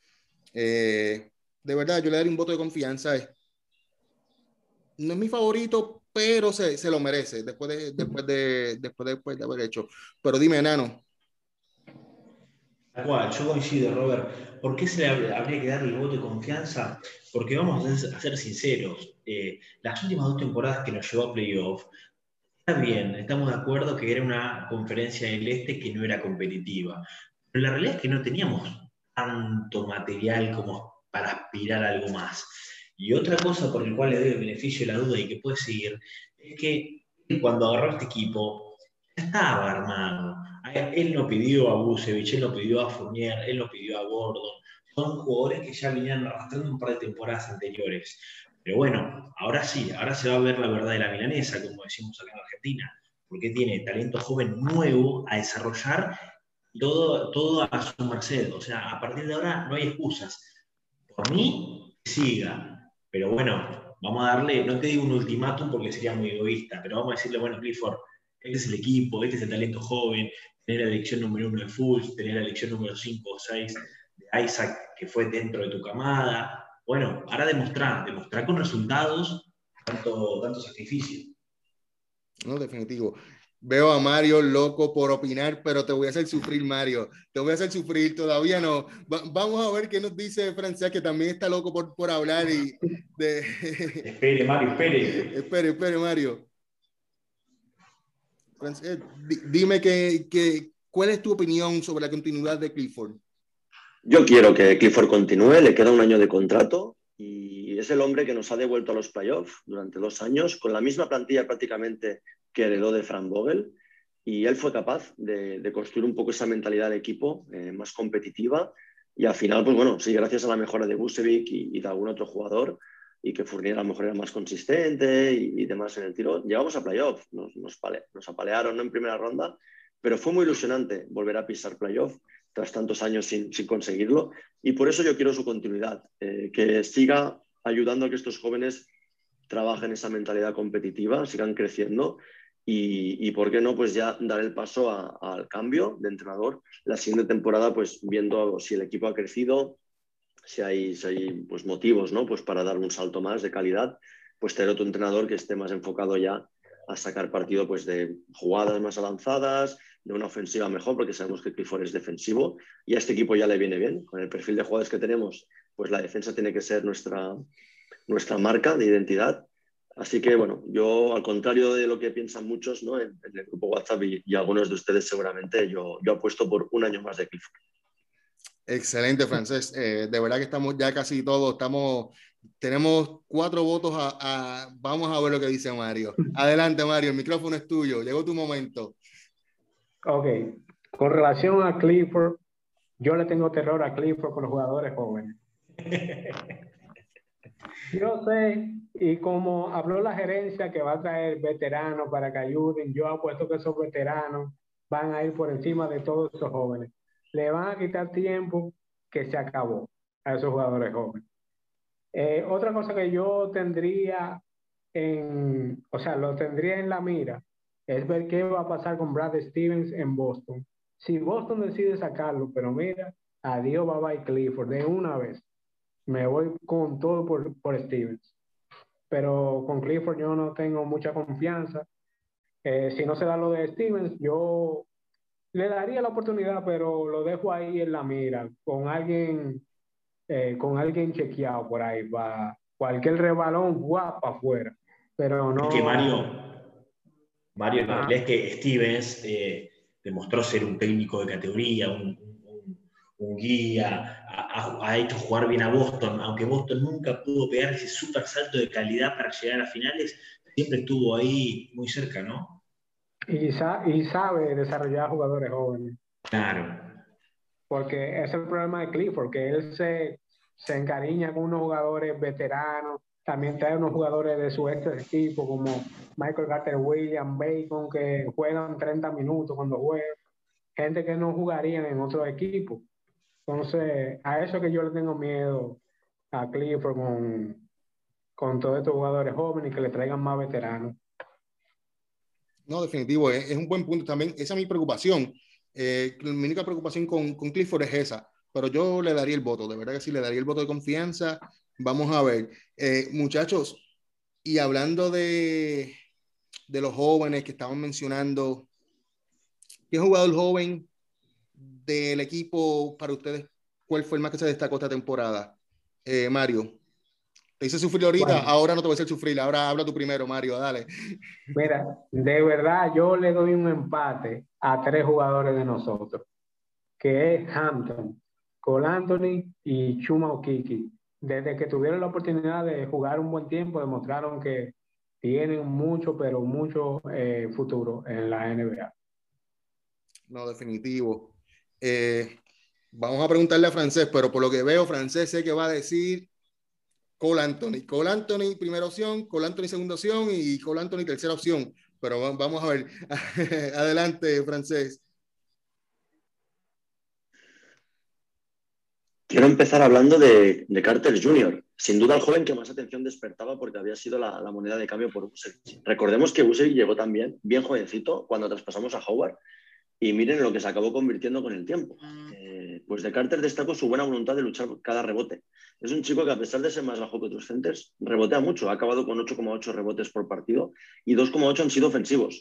De verdad, yo le daría un voto de confianza. No es mi favorito, pero se lo merece después de haber hecho. Pero dime, Nano. Tal cual, yo coincido, Robert. ¿Por qué se le habría que darle el voto de confianza? Porque vamos a ser sinceros. Las últimas 2 temporadas que nos llevó a playoff, está bien, estamos de acuerdo que era una conferencia del Este que no era competitiva. Pero la realidad es que no teníamos tanto material como para aspirar a algo más. Y otra cosa por la cual le doy el beneficio de la duda y que puede seguir, es que cuando agarró este equipo, ya estaba armado. Él no pidió a Vucevic, él no pidió a Fournier, él no pidió a Gordon. Son jugadores que ya venían arrastrando un par de temporadas anteriores. Pero bueno, ahora sí, ahora se va a ver la verdad de la milanesa, como decimos acá en Argentina, porque tiene talento joven nuevo a desarrollar todo a su merced. O sea, a partir de ahora no hay excusas. Por mí, que siga. Pero bueno, vamos a darle, no te digo un ultimátum porque sería muy egoísta, pero vamos a decirle, bueno, Clifford, este es el equipo, este es el talento joven, tener la elección número 1 de Fultz, tener la elección número 5 o 6 de Isaac, que fue dentro de tu camada. Bueno, ahora demostrar con resultados tanto sacrificio. No, definitivo. Veo a Mario loco por opinar, pero te voy a hacer sufrir, Mario. Te voy a hacer sufrir, todavía no. Vamos a ver qué nos dice Francés, que también está loco por hablar. Espere, Mario, espere. Espere, Mario. Francés, dime ¿cuál es tu opinión sobre la continuidad de Clifford? Yo quiero que Clifford continúe, le queda un año de contrato y es el hombre que nos ha devuelto a los playoffs durante 2 años con la misma plantilla prácticamente que heredó de Frank Vogel, y él fue capaz de construir un poco esa mentalidad del equipo más competitiva, y al final, pues bueno, sí, gracias a la mejora de Vucevic y de algún otro jugador, y que Fournier a lo mejor era más consistente y demás en el tiro, llegamos a playoff, nos apalearon, ¿no?, en primera ronda, pero fue muy ilusionante volver a pisar playoff tras tantos años sin conseguirlo, y por eso yo quiero su continuidad, que siga ayudando a que estos jóvenes trabajen esa mentalidad competitiva, sigan creciendo y por qué no, pues ya dar el paso al cambio de entrenador la siguiente temporada, pues viendo si el equipo ha crecido, si hay pues motivos, ¿no?, pues para dar un salto más de calidad, pues tener otro entrenador que esté más enfocado ya a sacar partido pues de jugadas más avanzadas, de una ofensiva mejor, porque sabemos que Clifford es defensivo y a este equipo ya le viene bien. Con el perfil de jugadores que tenemos, pues la defensa tiene que ser nuestra marca de identidad. Así que, bueno, yo, al contrario de lo que piensan muchos, ¿no?, en el grupo WhatsApp y algunos de ustedes seguramente, yo apuesto por un año más de Clifford. Excelente, Francés. De verdad que estamos ya casi todos, tenemos 4 votos vamos a ver lo que dice Mario. Adelante, Mario, el micrófono es tuyo, llegó tu momento. Ok, con relación a Clifford, yo le tengo terror a Clifford con los jugadores jóvenes. Yo sé, y como habló la gerencia que va a traer veteranos para que ayuden, yo apuesto que esos veteranos van a ir por encima de todos esos jóvenes. Le van a quitar tiempo que se acabó a esos jugadores jóvenes. Otra cosa que yo tendría lo tendría en la mira, es ver qué va a pasar con Brad Stevens en Boston. Si Boston decide sacarlo, pero mira, adiós, bye bye Clifford, de una vez. Me voy con todo por Stevens. Pero con Clifford yo no tengo mucha confianza. Si no se da lo de Stevens, yo le daría la oportunidad, pero lo dejo ahí en la mira, con alguien chequeado por ahí, para cualquier rebalón, guapa afuera. Pero no. Es que Mario, la realidad es que Stevens demostró ser un técnico de categoría, un guía, ha hecho jugar bien a Boston, aunque Boston nunca pudo pegar ese súper salto de calidad para llegar a finales, siempre estuvo ahí muy cerca, ¿no? Y sabe desarrollar jugadores jóvenes. Claro. Porque es el problema de Clifford, que él se encariña con unos jugadores veteranos, también trae unos jugadores de su ex equipo como Michael Carter Williams, Bacon, que juegan 30 minutos cuando juegan, gente que no jugarían en otro equipo. Entonces, a eso que yo le tengo miedo a Clifford con todos estos jugadores jóvenes y que le traigan más veteranos. No, definitivo, es un buen punto también. Esa es mi preocupación. Mi única preocupación con Clifford es esa, pero yo le daría el voto, de verdad que sí, le daría el voto de confianza. Vamos a ver. Muchachos, y hablando de los jóvenes que estaban mencionando, ¿qué jugador joven del equipo para ustedes, cuál fue el más que se destacó esta temporada? Mario, te hice sufrir ahorita, bueno, ahora no te voy a hacer sufrir, ahora habla tú primero, Mario, dale. Mira, de verdad yo le doy un empate a 3 jugadores de nosotros, que es Hampton, Cole Anthony y Chuma Okeke. Desde que tuvieron la oportunidad de jugar un buen tiempo, demostraron que tienen mucho, pero mucho futuro en la NBA. No, definitivo. Vamos a preguntarle a Francés, pero por lo que veo, Francés sé que va a decir Cole Anthony. Cole Anthony, primera opción, Cole Anthony, segunda opción y Cole Anthony, tercera opción. Pero vamos a ver. Adelante, Francés. Quiero empezar hablando de Carter Jr., sin duda el joven que más atención despertaba porque había sido la moneda de cambio por Vucevic. Recordemos que Vucevic llegó también bien jovencito cuando traspasamos a Howard y miren lo que se acabó convirtiendo con el tiempo. Pues de Carter destacó su buena voluntad de luchar cada rebote. Es un chico que a pesar de ser más bajo que otros centers, rebotea mucho. Ha acabado con 8,8 rebotes por partido y 2,8 han sido ofensivos.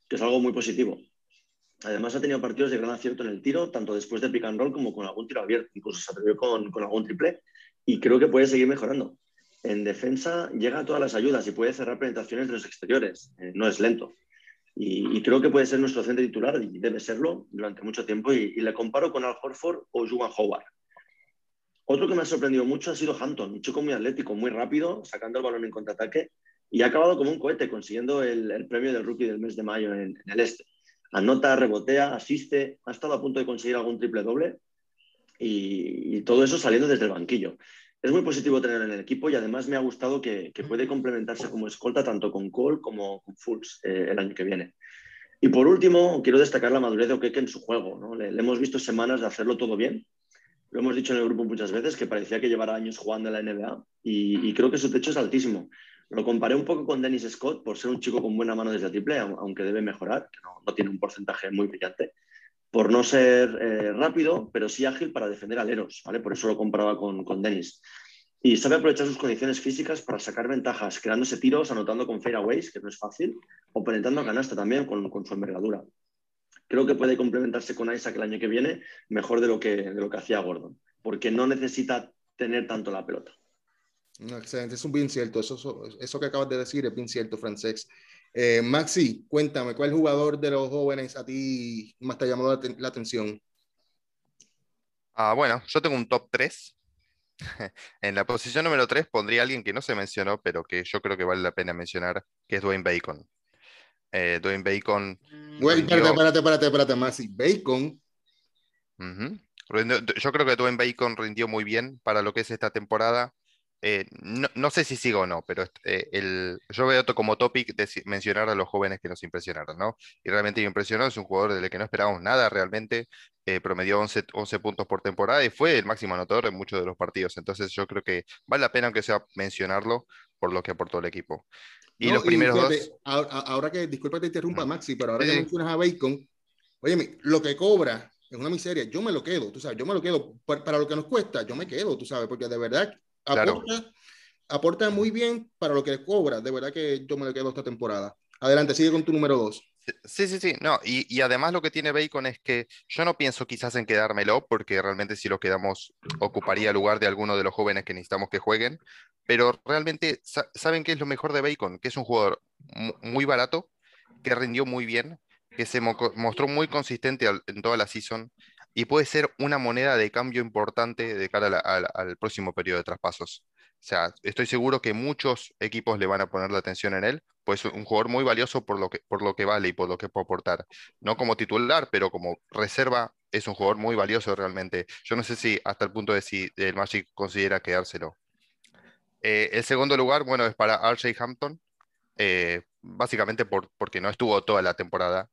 que es algo muy positivo. Además, ha tenido partidos de gran acierto en el tiro, tanto después de pick and roll como con algún tiro abierto. Incluso se atrevió con algún triple y creo que puede seguir mejorando. En defensa llega a todas las ayudas y puede cerrar penetraciones de los exteriores. No es lento. Y creo que puede ser nuestro centro titular y debe serlo durante mucho tiempo. Y le comparo con Al Horford o Juwan Howard. Otro que me ha sorprendido mucho ha sido Hampton, un chico muy atlético, muy rápido, sacando el balón en contraataque y ha acabado como un cohete consiguiendo el premio del rookie del mes de mayo en el este. Anota, rebotea, asiste, ha estado a punto de conseguir algún triple doble y todo eso saliendo desde el banquillo. Es muy positivo tenerlo en el equipo y además me ha gustado que puede complementarse como escolta tanto con Cole como con Fultz el año que viene. Y por último, quiero destacar la madurez de Okeke en su juego, ¿no? Le hemos visto semanas de hacerlo todo bien. Lo hemos dicho en el grupo muchas veces, que parecía que llevara años jugando en la NBA y creo que su techo es altísimo. Lo comparé un poco con Dennis Scott por ser un chico con buena mano desde el triple, aunque debe mejorar, que no tiene un porcentaje muy brillante, por no ser rápido, pero sí ágil para defender aleros, ¿vale? Por eso lo comparaba con Dennis. Y sabe aprovechar sus condiciones físicas para sacar ventajas, creándose tiros, anotando con fadeaways, que no es fácil, o penetrando a canasta también con su envergadura. Creo que puede complementarse con Isaac el año que viene mejor de lo que hacía Gordon, porque no necesita tener tanto la pelota. No, excelente, es un bien cierto, eso que acabas de decir es bien cierto, Francesc. Maxi, cuéntame, ¿cuál jugador de los jóvenes a ti más te ha llamado la atención? Bueno, yo tengo un top 3. En la posición número 3 pondría a alguien que no se mencionó, pero que yo creo que vale la pena mencionar, que es Dwayne Bacon. Dwayne Bacon Güey, rindió. espérate, Maxi. Bacon. Yo creo que Dwayne Bacon rindió muy bien para lo que es esta temporada. No sé si sigo o no, pero yo veo como topic mencionar a los jóvenes que nos impresionaron, ¿no? Y realmente me impresionó, es un jugador del que no esperábamos nada realmente. Promedió 11 puntos por temporada y fue el máximo anotador en muchos de los partidos. Entonces yo creo que vale la pena, aunque sea mencionarlo, por lo que aportó el equipo. Y No, los y primeros fíjate, dos. ahora que, disculpa que te interrumpa, Ujú. Maxi, pero ahora Sí, que sí, mencionas a Bacon, oye, lo que cobra en una miseria, yo me lo quedo, tú sabes, yo me lo quedo. Para lo que nos cuesta, yo me quedo, tú sabes, porque de verdad claro. aporta muy bien para lo que cobra. De verdad que yo me lo quedo esta temporada. Adelante, sigue con tu número 2. Sí, sí, sí, no, y además lo que tiene Bacon es que yo no pienso quizás en quedármelo, porque realmente si lo quedamos ocuparía el lugar de alguno de los jóvenes que necesitamos que jueguen, pero realmente saben qué es lo mejor de Bacon, que es un jugador muy barato, que rindió muy bien, que mostró muy consistente en toda la season y puede ser una moneda de cambio importante de cara al próximo periodo de traspasos. O sea, estoy seguro que muchos equipos le van a poner la atención en él, pues un jugador muy valioso por lo que vale y por lo que puede aportar. No como titular, pero como reserva es un jugador muy valioso realmente. Yo no sé si hasta el punto de si el Magic considera quedárselo. El segundo lugar, bueno, es para R.J. Hampton, básicamente porque no estuvo toda la temporada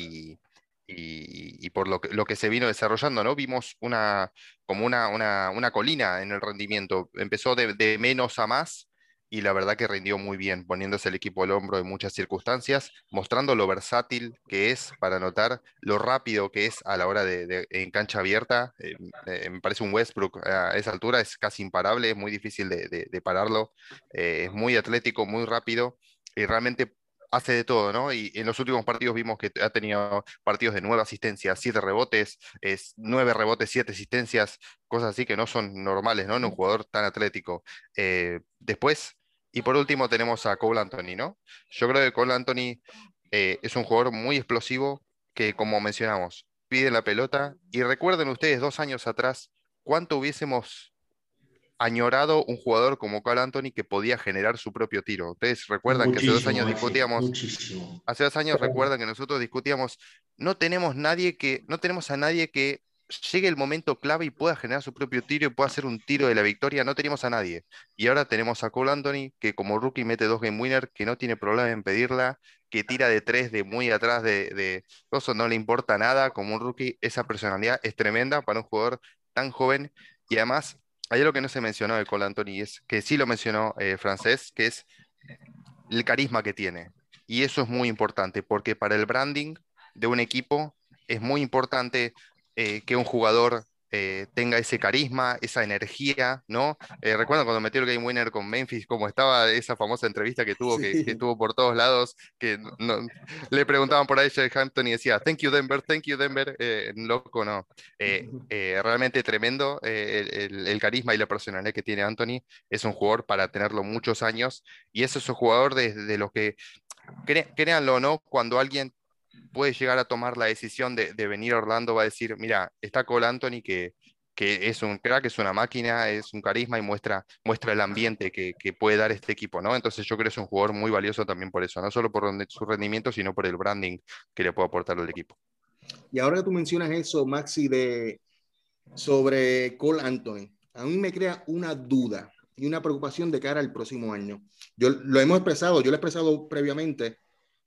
y por lo que se vino desarrollando, ¿no? Vimos como una colina en el rendimiento. Empezó de menos a más y la verdad que rindió muy bien, poniéndose el equipo al hombro en muchas circunstancias, mostrando lo versátil que es para anotar, lo rápido que es a la hora en cancha abierta. Me parece un Westbrook a esa altura, es casi imparable, es muy difícil de pararlo. Es muy atlético, muy rápido y realmente hace de todo, ¿no? Y en los últimos partidos vimos que ha tenido partidos de 9 asistencias, 7 rebotes, 9 rebotes, 7 asistencias, cosas así que no son normales, ¿no? En un jugador tan atlético. Después, y por último, tenemos a Cole Anthony, ¿no? Yo creo que Cole Anthony es un jugador muy explosivo que, como mencionamos, pide la pelota. Y recuerden ustedes, 2 años atrás, cuánto hubiésemos añorado un jugador como Carl Anthony que podía generar su propio tiro. Ustedes recuerdan que hace dos Muchísimo, años Maxi, discutíamos, muchísimo. hace 2 años recuerdan que nosotros discutíamos, no tenemos a nadie que llegue el momento clave y pueda generar su propio tiro y pueda hacer un tiro de la victoria, no teníamos a nadie. Y ahora tenemos a Cole Anthony, que como rookie mete 2 game winner, que no tiene problema en pedirla, que tira de tres de muy atrás de eso, no le importa nada, como un rookie, esa personalidad es tremenda para un jugador tan joven y además hay algo que no se mencionó de Cole Anthony, es que sí lo mencionó Francés, que es el carisma que tiene. Y eso es muy importante, porque para el branding de un equipo es muy importante que un jugador tenga ese carisma, esa energía, ¿no? Recuerdo cuando metió el Game Winner con Memphis, cómo estaba esa famosa entrevista que tuvo, que Sí. estuvo por todos lados, que le preguntaban por ahí a Jay Hampton y decía, thank you Denver, loco, no. Realmente tremendo el carisma y la personalidad que tiene Anthony, es un jugador para tenerlo muchos años, y ese es un jugador de los que, créanlo o no, cuando alguien puede llegar a tomar la decisión de venir a Orlando, va a decir, mira, está Cole Anthony que es un crack, es una máquina, es un carisma y muestra el ambiente que puede dar este equipo, ¿no? Entonces yo creo que es un jugador muy valioso también por eso, no solo por su rendimiento, sino por el branding que le puede aportar al equipo. Y ahora que tú mencionas eso, Maxi, sobre Cole Anthony, a mí me crea una duda y una preocupación de cara al próximo año. Yo lo he expresado previamente.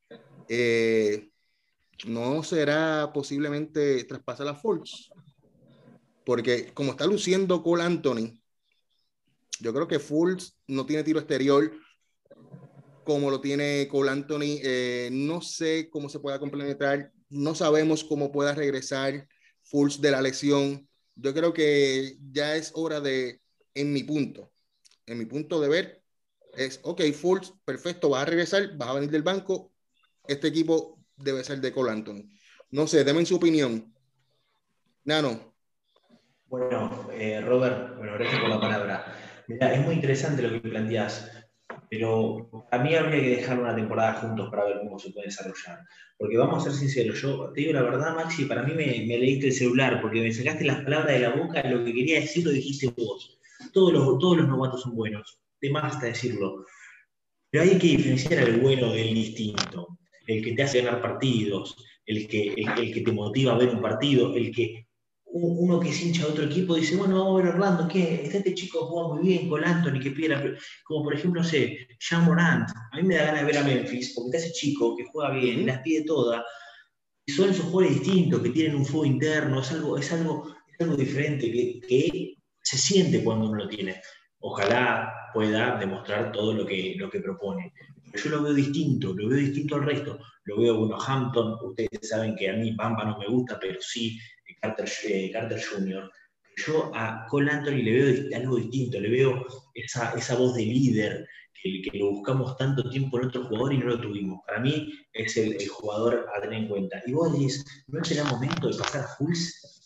¿No será posiblemente traspasar a Fultz? Porque como está luciendo Cole Anthony, yo creo que Fultz no tiene tiro exterior como lo tiene Cole Anthony. No sé cómo se pueda complementar. No sabemos cómo pueda regresar Fultz de la lesión. Yo creo que ya es hora en mi punto de ver, es, ok, Fultz, perfecto, vas a regresar, vas a venir del banco, este equipo debe ser de Cole Anthony. No sé, denme su opinión. Nano. Bueno, Robert, bueno, gracias por la palabra. Mira, es muy interesante lo que planteás, pero a mí habría que dejar una temporada juntos para ver cómo se puede desarrollar. Porque vamos a ser sinceros, yo te digo la verdad, Maxi, para mí me leíste el celular, porque me sacaste las palabras de la boca, lo que quería decir lo dijiste vos. Todos los novatos son buenos, de más hasta decirlo. Pero hay que diferenciar al bueno del distinto, el que te hace ganar partidos, el que te motiva a ver un partido, uno que es hincha de otro equipo dice, bueno, vamos a ver Orlando, ¿qué? Este chico juega muy bien con Anthony, que pide como por ejemplo, no sé, Jean Morant. A mí me da ganas de ver a Memphis, porque ese chico que juega bien, las pide todas, y son esos jugadores distintos, que tienen un fuego interno, es algo diferente, que se siente cuando uno lo tiene. Ojalá pueda demostrar todo lo que propone. Pero yo lo veo distinto al resto. Lo veo, bueno, Hampton, ustedes saben que a mí Bamba no me gusta, pero sí Carter Jr. Yo a Cole Anthony le veo algo distinto, le veo esa voz de líder, que lo buscamos tanto tiempo en otro jugador y no lo tuvimos. Para mí es el jugador a tener en cuenta. Y vos decís, ¿no será momento de pasar a Fultz?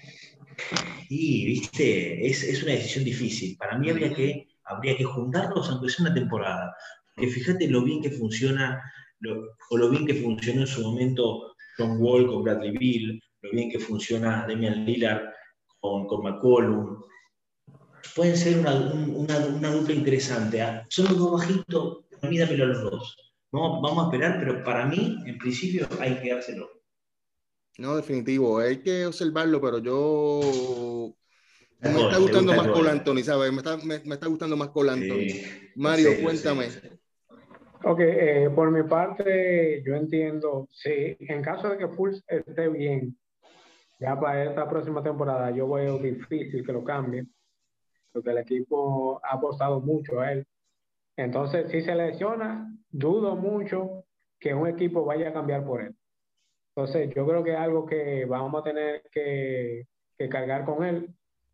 Y, viste, es una decisión difícil. Para mí habría que juntarlos aunque sea una temporada. Porque fíjate lo bien que funciona, lo bien que funcionó en su momento John Wall con Bradley Beal, lo bien que funciona Damian Lillard con McCollum. Pueden ser una dupla interesante. ¿Eh? Son los dos bajitos, para mí dámelo a los dos. Vamos a esperar, pero para mí, en principio, hay que dárselo. No, definitivo, hay que observarlo, pero yo me está Gol, te gustando gusta el más gol. Cole Anthony, ¿sabes? Me está gustando más Cole Anthony. Sí, Mario, lo sé. cuéntame. Ok, por mi parte, yo entiendo, sí, en caso de que Fultz esté bien, ya para esta próxima temporada, yo veo difícil que lo cambien, porque el equipo ha apostado mucho a él. Entonces, si se lesiona, dudo mucho que un equipo vaya a cambiar por él. Entonces, yo creo que es algo que vamos a tener que cargar con él,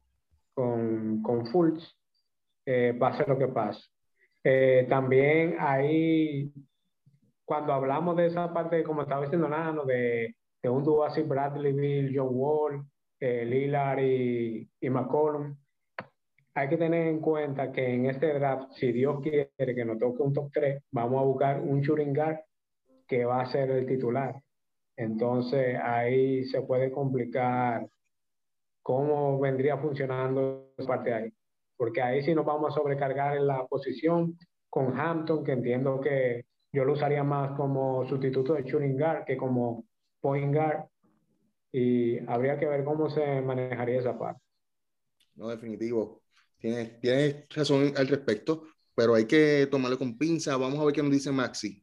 con Fultz, pase lo que pase. También ahí, cuando hablamos de esa parte, como estaba diciendo Nano, de un dúo así, Bradley Beal, John Wall, Lillard y McCollum, hay que tener en cuenta que en este draft, si Dios quiere que nos toque un top 3, vamos a buscar un shooting guard que va a ser el titular. Entonces ahí se puede complicar cómo vendría funcionando esa parte ahí. Porque ahí sí nos vamos a sobrecargar en la posición con Hampton, que entiendo que yo lo usaría más como sustituto de shooting guard que como point guard. Y habría que ver cómo se manejaría esa parte. No, definitivo. Tienes razón al respecto, pero hay que tomarlo con pinza. Vamos a ver qué nos dice Maxi.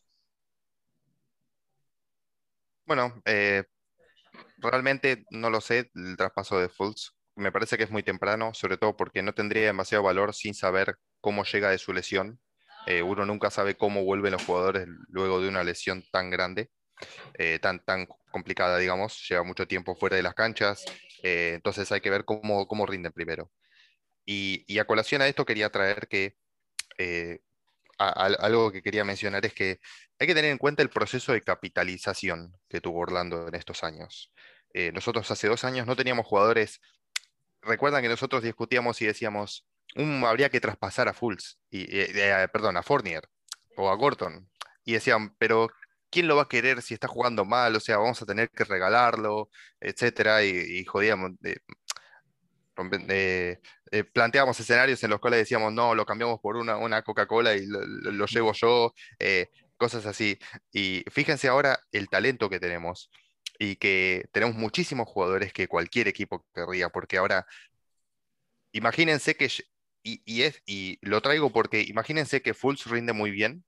Bueno, realmente no lo sé el traspaso de Fultz. Me parece que es muy temprano, sobre todo porque no tendría demasiado valor sin saber cómo llega de su lesión. Uno nunca sabe cómo vuelven los jugadores luego de una lesión tan grande, tan complicada, digamos. Lleva mucho tiempo fuera de las canchas. Entonces hay que ver cómo rinden primero. Y a colación a esto quería traer que eh, algo que quería mencionar es que hay que tener en cuenta el proceso de capitalización que tuvo Orlando en estos años. Nosotros hace 2 años no teníamos jugadores. Recuerdan que nosotros discutíamos y decíamos, habría que traspasar a Fultz, perdón, a Fournier o a Gorton. Y decían, pero ¿quién lo va a querer si está jugando mal? O sea, vamos a tener que regalarlo, etcétera. Y jodíamos, planteábamos escenarios en los cuales decíamos, no, lo cambiamos por una Coca-Cola y lo llevo yo, cosas así. Y fíjense ahora el talento que tenemos y que tenemos muchísimos jugadores que cualquier equipo querría, porque ahora imagínense que, y lo traigo porque imagínense que Fultz rinde muy bien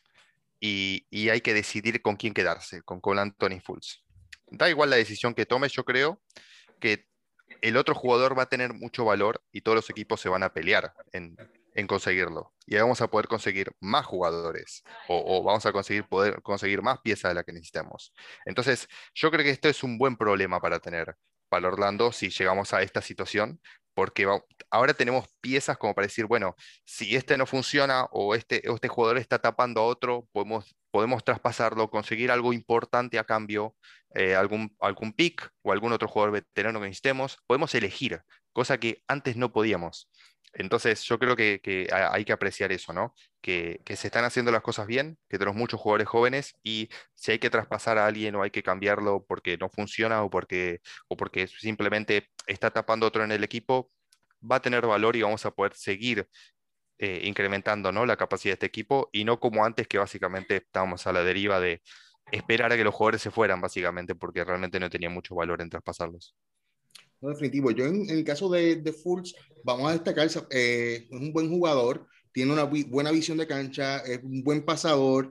y hay que decidir con quién quedarse, con Cole Anthony Fultz. Da igual la decisión que tome, yo creo que el otro jugador va a tener mucho valor y todos los equipos se van a pelear en conseguirlo. Y ahí vamos a poder conseguir más jugadores o vamos a poder conseguir más piezas de las que necesitamos. Entonces, yo creo que esto es un buen problema para tener para Orlando si llegamos a esta situación, porque ahora tenemos piezas como para decir, bueno, si este no funciona o este jugador está tapando a otro, podemos traspasarlo, conseguir algo importante a cambio, algún pick o algún otro jugador veterano que necesitemos, podemos elegir, cosa que antes no podíamos. Entonces yo creo que hay que apreciar eso, ¿no? Que se están haciendo las cosas bien, que tenemos muchos jugadores jóvenes y si hay que traspasar a alguien o hay que cambiarlo porque no funciona o porque simplemente está tapando otro en el equipo, va a tener valor y vamos a poder seguir incrementando, ¿no? La capacidad de este equipo y no como antes que básicamente estábamos a la deriva de esperar a que los jugadores se fueran, básicamente, porque realmente no tenía mucho valor en traspasarlos. No, definitivo. Yo en el caso de Fultz, vamos a destacar, es un buen jugador, tiene una buena visión de cancha, es un buen pasador,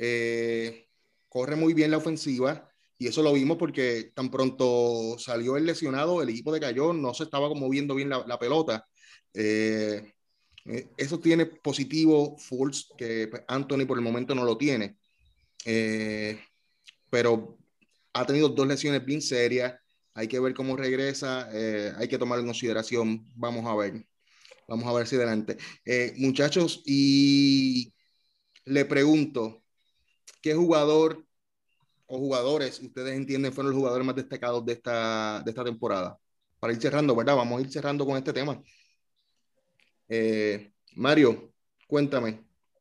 corre muy bien la ofensiva y eso lo vimos porque tan pronto salió el lesionado, el equipo decayó, no se estaba como viendo bien la pelota. Eh, Eso tiene positivo Fultz, que pues, Anthony por el momento no lo tiene. Eh, pero ha tenido 2 lesiones bien serias. Hay que ver cómo regresa. Hay que tomarlo en consideración. Vamos a ver. Vamos a ver si adelante. Muchachos, y le pregunto, ¿qué jugador o jugadores ustedes entienden fueron los jugadores más destacados de esta temporada? Para ir cerrando, ¿verdad? Vamos a ir cerrando con este tema. Mario, cuéntame.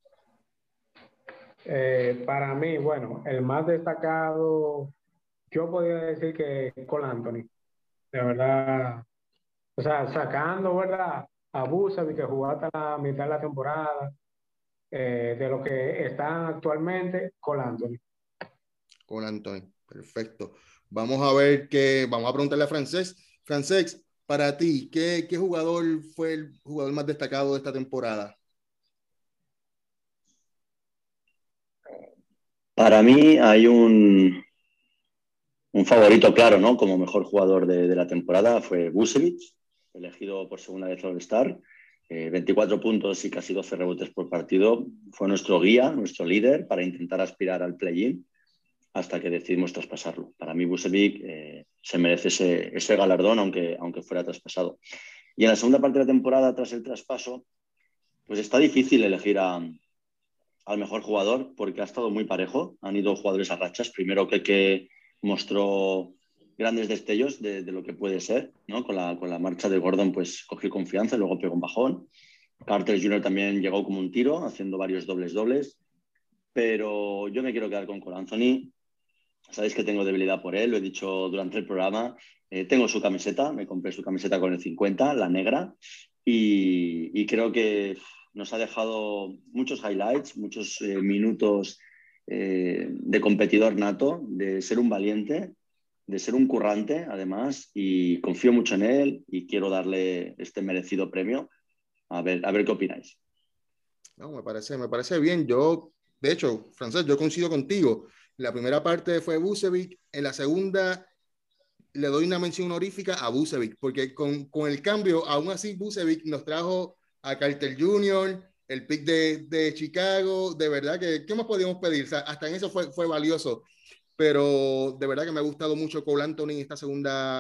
Para mí, bueno, el más destacado, yo podría decir que Cole Anthony, de verdad, o sea, sacando, ¿verdad? A Vucevic, que jugó hasta la mitad de la temporada, de lo que están actualmente, Cole Anthony. Con Anthony. Perfecto. Vamos a preguntarle a Francés. Francés, para ti, ¿qué jugador fue el jugador más destacado de esta temporada? Para mí hay un favorito claro, ¿no? Como mejor jugador de la temporada fue Vucevic, elegido por segunda vez All-Star. 24 puntos y casi 12 rebotes por partido. Fue nuestro guía, nuestro líder para intentar aspirar al play-in hasta que decidimos traspasarlo. Para mí Vucevic se merece ese galardón aunque fuera traspasado. Y en la segunda parte de la temporada, tras el traspaso, pues está difícil elegir al mejor jugador porque ha estado muy parejo. Han ido jugadores a rachas. Primero que mostró grandes destellos de lo que puede ser, ¿no? Con la marcha de Gordon pues cogió confianza y luego pegó un bajón. Carter Jr. también llegó como un tiro, haciendo varios dobles, pero yo me quiero quedar con Cole Anthony. Sabéis que tengo debilidad por él, lo he dicho durante el programa. Tengo su camiseta, me compré su camiseta con el 50, la negra, y creo que nos ha dejado muchos highlights, muchos minutos de competidor nato, de ser un valiente, de ser un currante, además, y confío mucho en él y quiero darle este merecido premio. A ver qué opináis. No, me parece bien. De hecho, Francés, yo coincido contigo. La primera parte fue Vucevic, en la segunda le doy una mención honorífica a Vucevic, porque con el cambio, aún así Vucevic nos trajo a Carter Jr., el pick de Chicago, de verdad que, ¿qué más podíamos pedir? O sea, hasta en eso fue valioso, pero de verdad que me ha gustado mucho Cole Anthony esta segunda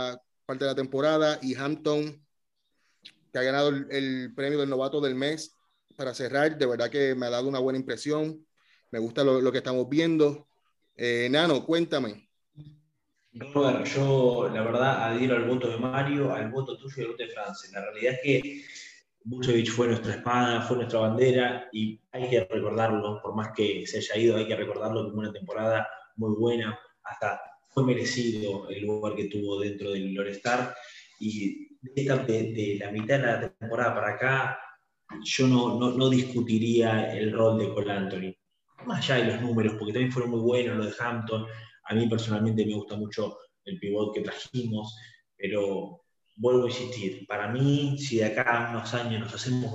parte de la temporada, y Hampton, que ha ganado el premio del novato del mes para cerrar. De verdad que me ha dado una buena impresión. Me gusta lo que estamos viendo. Nano, cuéntame. Robert, yo la verdad adhiero al voto de Mario, al voto tuyo y al voto de Francis. La realidad es que Vucevic fue nuestra espada, fue nuestra bandera y hay que recordarlo, por más que se haya ido, hay que recordarlo como una temporada muy buena, hasta fue merecido el lugar que tuvo dentro del All-Star y de la mitad de la temporada para acá yo no discutiría el rol de Cole Anthony, más allá de los números, porque también fueron muy buenos lo de Hampton. A mí personalmente me gusta mucho el pivot que trajimos, pero vuelvo a insistir, para mí, si de acá a unos años nos hacemos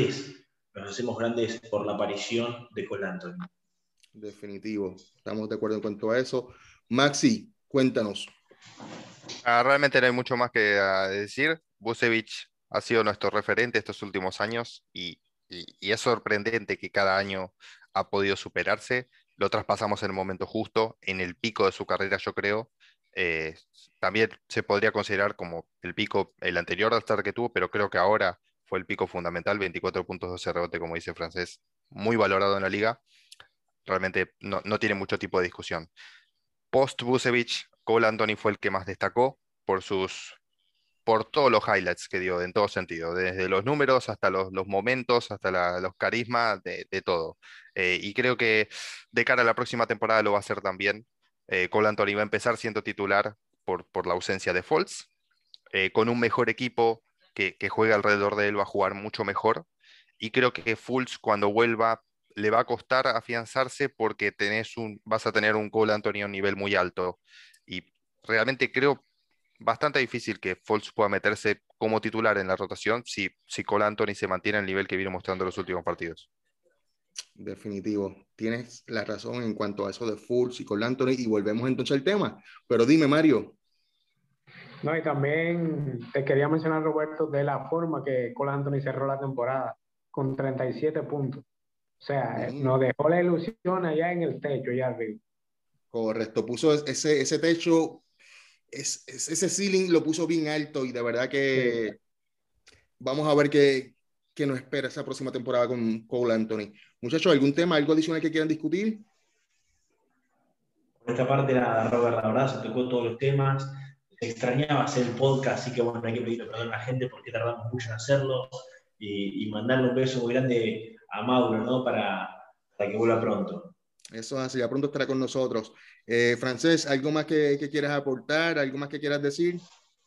grandes por la aparición de Cole Anthony. Definitivo, estamos de acuerdo en cuanto a eso. Maxi, cuéntanos. Realmente no hay mucho más que decir. Vucevic ha sido nuestro referente estos últimos años y es sorprendente que cada año ha podido superarse. Lo traspasamos en el momento justo, en el pico de su carrera, yo creo. Eh, También se podría considerar como el pico, el anterior All-Star que tuvo, pero creo que ahora fue el pico fundamental, 24 puntos, 12 rebote, como dice Francés, muy valorado en la liga. Realmente no tiene mucho tipo de discusión. Post Vucevic, Cole Anthony fue el que más destacó por todos los highlights que dio en todo sentido, desde los números hasta los momentos, hasta los carismas, de todo. Y creo que de cara a la próxima temporada lo va a hacer también. Cole Anthony va a empezar siendo titular por la ausencia de Fultz, con un mejor equipo que juega alrededor de él, va a jugar mucho mejor. Y creo que Fultz cuando vuelva le va a costar afianzarse porque vas a tener un Cole Anthony a un nivel muy alto. Y realmente creo bastante difícil que Fultz pueda meterse como titular en la rotación si Cole Anthony se mantiene al nivel que viene mostrando en los últimos partidos. Definitivo, tienes la razón en cuanto a eso de Fultz y Cole Anthony, y volvemos entonces al tema. Pero dime, Mario. No, y también te quería mencionar, Roberto, de la forma que Cole Anthony cerró la temporada con 37 puntos. O sea, nos dejó la ilusión allá en el techo, ya arriba. Correcto, puso ese techo, ese ceiling lo puso bien alto, y de verdad que vamos a ver qué nos espera esa próxima temporada con Cole Anthony. Muchachos, ¿algún tema, algo adicional que quieran discutir? Por esta parte, nada, Robert, la verdad, se tocó todos los temas. Se extrañaba hacer el podcast, así que bueno, hay que pedirle perdón a la gente porque tardamos mucho en hacerlo y mandarle un beso muy grande a Mauro, ¿no? Para que vuelva pronto. Eso así, ya pronto estará con nosotros. Francés, ¿algo más que quieras aportar? ¿Algo más que quieras decir?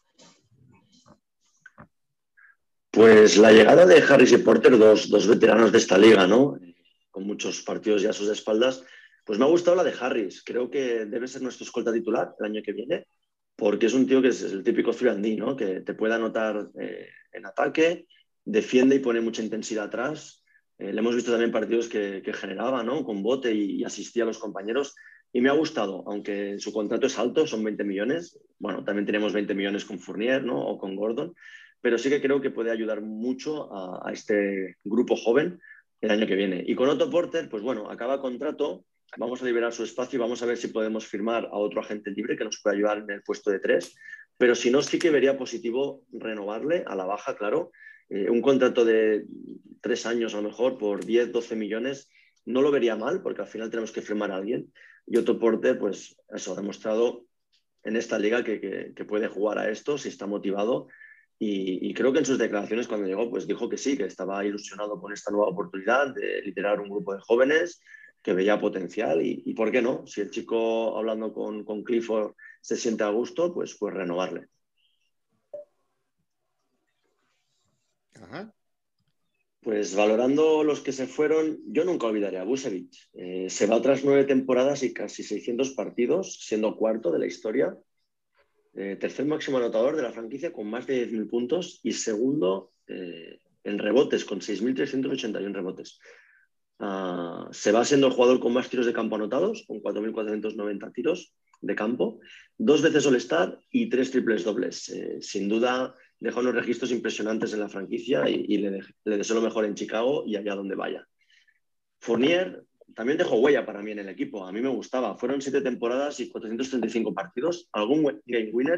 Pues la llegada de Harris y Porter, dos veteranos de esta liga, ¿no? Con muchos partidos ya a sus espaldas, pues me ha gustado la de Harris. Creo que debe ser nuestro escolta titular el año que viene, porque es un tío que es el típico 3&D, ¿no? Que te puede anotar en ataque, defiende y pone mucha intensidad atrás. Le hemos visto también partidos que generaba, ¿no? Con bote y asistía a los compañeros. Y me ha gustado, aunque su contrato es alto, son 20 millones. Bueno, también tenemos 20 millones con Fournier, ¿no? O con Gordon. Pero sí que creo que puede ayudar mucho a este grupo joven el año que viene. Y con Otto Porter, pues bueno, acaba contrato, vamos a liberar su espacio y vamos a ver si podemos firmar a otro agente libre que nos pueda ayudar en el puesto de 3. Pero si no, sí que vería positivo renovarle a la baja, claro. Un contrato de 3 años a lo mejor por 10, 12 millones, no lo vería mal porque al final tenemos que firmar a alguien. Y Otto Porter, pues eso, ha demostrado en esta liga que puede jugar a esto si está motivado. Y creo que en sus declaraciones cuando llegó, pues dijo que sí, que estaba ilusionado con esta nueva oportunidad de liderar un grupo de jóvenes, que veía potencial y ¿por qué no? Si el chico hablando con Clifford se siente a gusto, pues renovarle. Ajá. Pues valorando los que se fueron, yo nunca olvidaré a Vucevic. Se va otras 9 temporadas y casi 600 partidos, siendo cuarto de la historia. Tercer máximo anotador de la franquicia con más de 10.000 puntos y segundo en rebotes con 6.381 rebotes. Se va siendo el jugador con más tiros de campo anotados, con 4.490 tiros de campo, 2 veces All-Star y 3 triples dobles. Sin duda deja unos registros impresionantes en la franquicia y le deseo lo mejor en Chicago y allá donde vaya. Fournier también dejó huella para mí en el equipo, a mí me gustaba. Fueron 7 temporadas y 435 partidos, algún game winner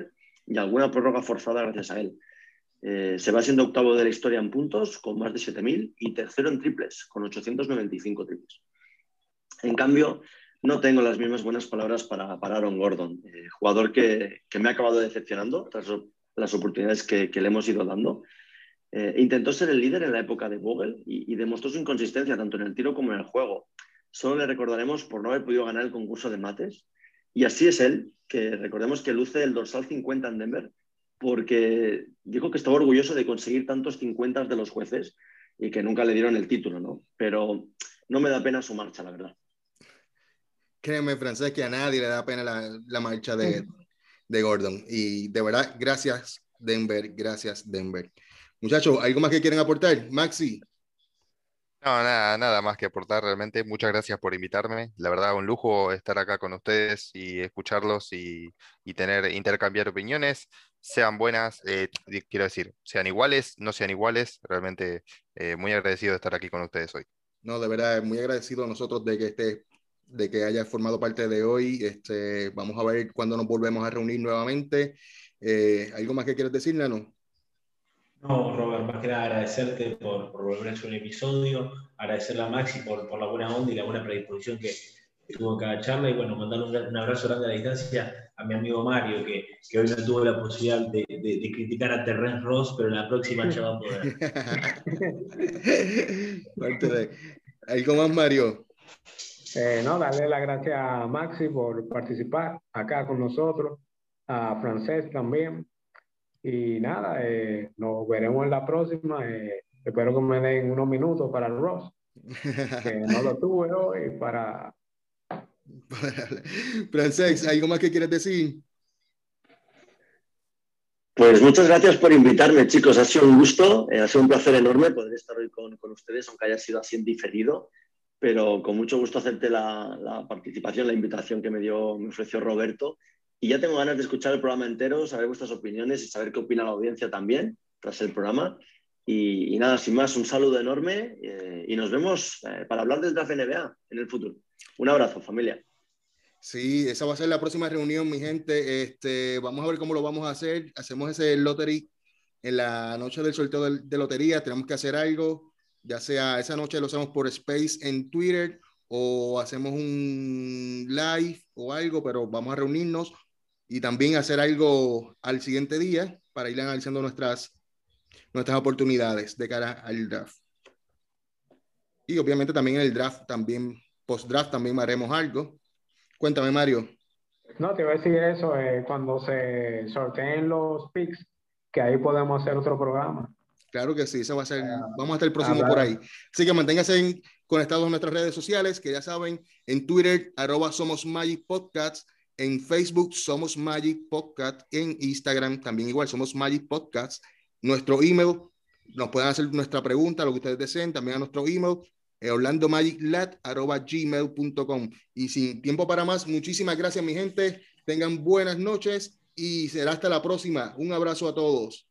y alguna prórroga forzada gracias a él. Se va siendo octavo de la historia en puntos, con más de 7.000, y tercero en triples, con 895 triples. En cambio, no tengo las mismas buenas palabras para Aaron Gordon, jugador que me ha acabado decepcionando tras las oportunidades que le hemos ido dando. Intentó ser el líder en la época de Vogel y demostró su inconsistencia tanto en el tiro como en el juego. Solo le recordaremos por no haber podido ganar el concurso de mates. Y así es él, que recordemos que luce el dorsal 50 en Denver, porque dijo que estaba orgulloso de conseguir tantos 50 de los jueces y que nunca le dieron el título, ¿no? Pero no me da pena su marcha, la verdad. Créeme, Francés, que a nadie le da pena la marcha de Gordon. Y de verdad, gracias, Denver. Gracias, Denver. Muchachos, ¿algo más que quieren aportar? Maxi. No, nada más que aportar realmente. Muchas gracias por invitarme. La verdad, un lujo estar acá con ustedes y escucharlos y intercambiar opiniones, sean buenas, quiero decir, sean iguales, no sean iguales. Realmente muy agradecido de estar aquí con ustedes hoy. No, de verdad, muy agradecido a nosotros de que haya formado parte de hoy. Vamos a ver cuándo nos volvemos a reunir nuevamente. ¿Algo más que quieres decir, Nano? No, Robert, más que nada agradecerte por volver a hacer un episodio, agradecerle a Maxi por la buena onda y la buena predisposición que tuvo en cada charla, y bueno, mandar un abrazo grande a la distancia a mi amigo Mario, que hoy no tuvo la posibilidad de criticar a Terrence Ross, pero la próxima ya va a poder. ¿Algo más, Mario? No, darle las gracias a Maxi por participar acá con nosotros, a Francés también. Y nada, nos veremos en la próxima. Espero que me den unos minutos para el Ross, que no lo tuve hoy para... Francés, ¿algo más que quieres decir? Pues muchas gracias por invitarme, chicos. Ha sido un gusto, ha sido un placer enorme poder estar hoy con ustedes, aunque haya sido así en diferido, pero con mucho gusto acepté la participación, la invitación que me ofreció Roberto. Y ya tengo ganas de escuchar el programa entero, saber vuestras opiniones y saber qué opina la audiencia también tras el programa. Y nada, sin más, un saludo enorme y nos vemos para hablar del draft NBA en el futuro. Un abrazo, familia. Sí, esa va a ser la próxima reunión, mi gente. Vamos a ver cómo lo vamos a hacer. Hacemos ese lottery en la noche del sorteo de lotería. Tenemos que hacer algo, ya sea esa noche lo hacemos por Space en Twitter o hacemos un live o algo, pero vamos a reunirnos y también hacer algo al siguiente día para ir analizando nuestras oportunidades de cara al draft. Y obviamente también en el draft, también post-draft también haremos algo. Cuéntame, Mario. No, te iba a decir eso, cuando se sorteen los picks, que ahí podemos hacer otro programa. Claro que sí, eso va a ser, vamos a estar el próximo por ahí. Así que manténganse conectados en nuestras redes sociales, que ya saben, en Twitter, @SomosMagicPodcast, en Facebook, Somos Magic Podcast, en Instagram también igual, Somos Magic Podcast. Nuestro email, nos pueden hacer nuestra pregunta, lo que ustedes deseen, también a nuestro email, orlandomagiclat@gmail.com. Y sin tiempo para más, muchísimas gracias, mi gente. Tengan buenas noches y será hasta la próxima. Un abrazo a todos.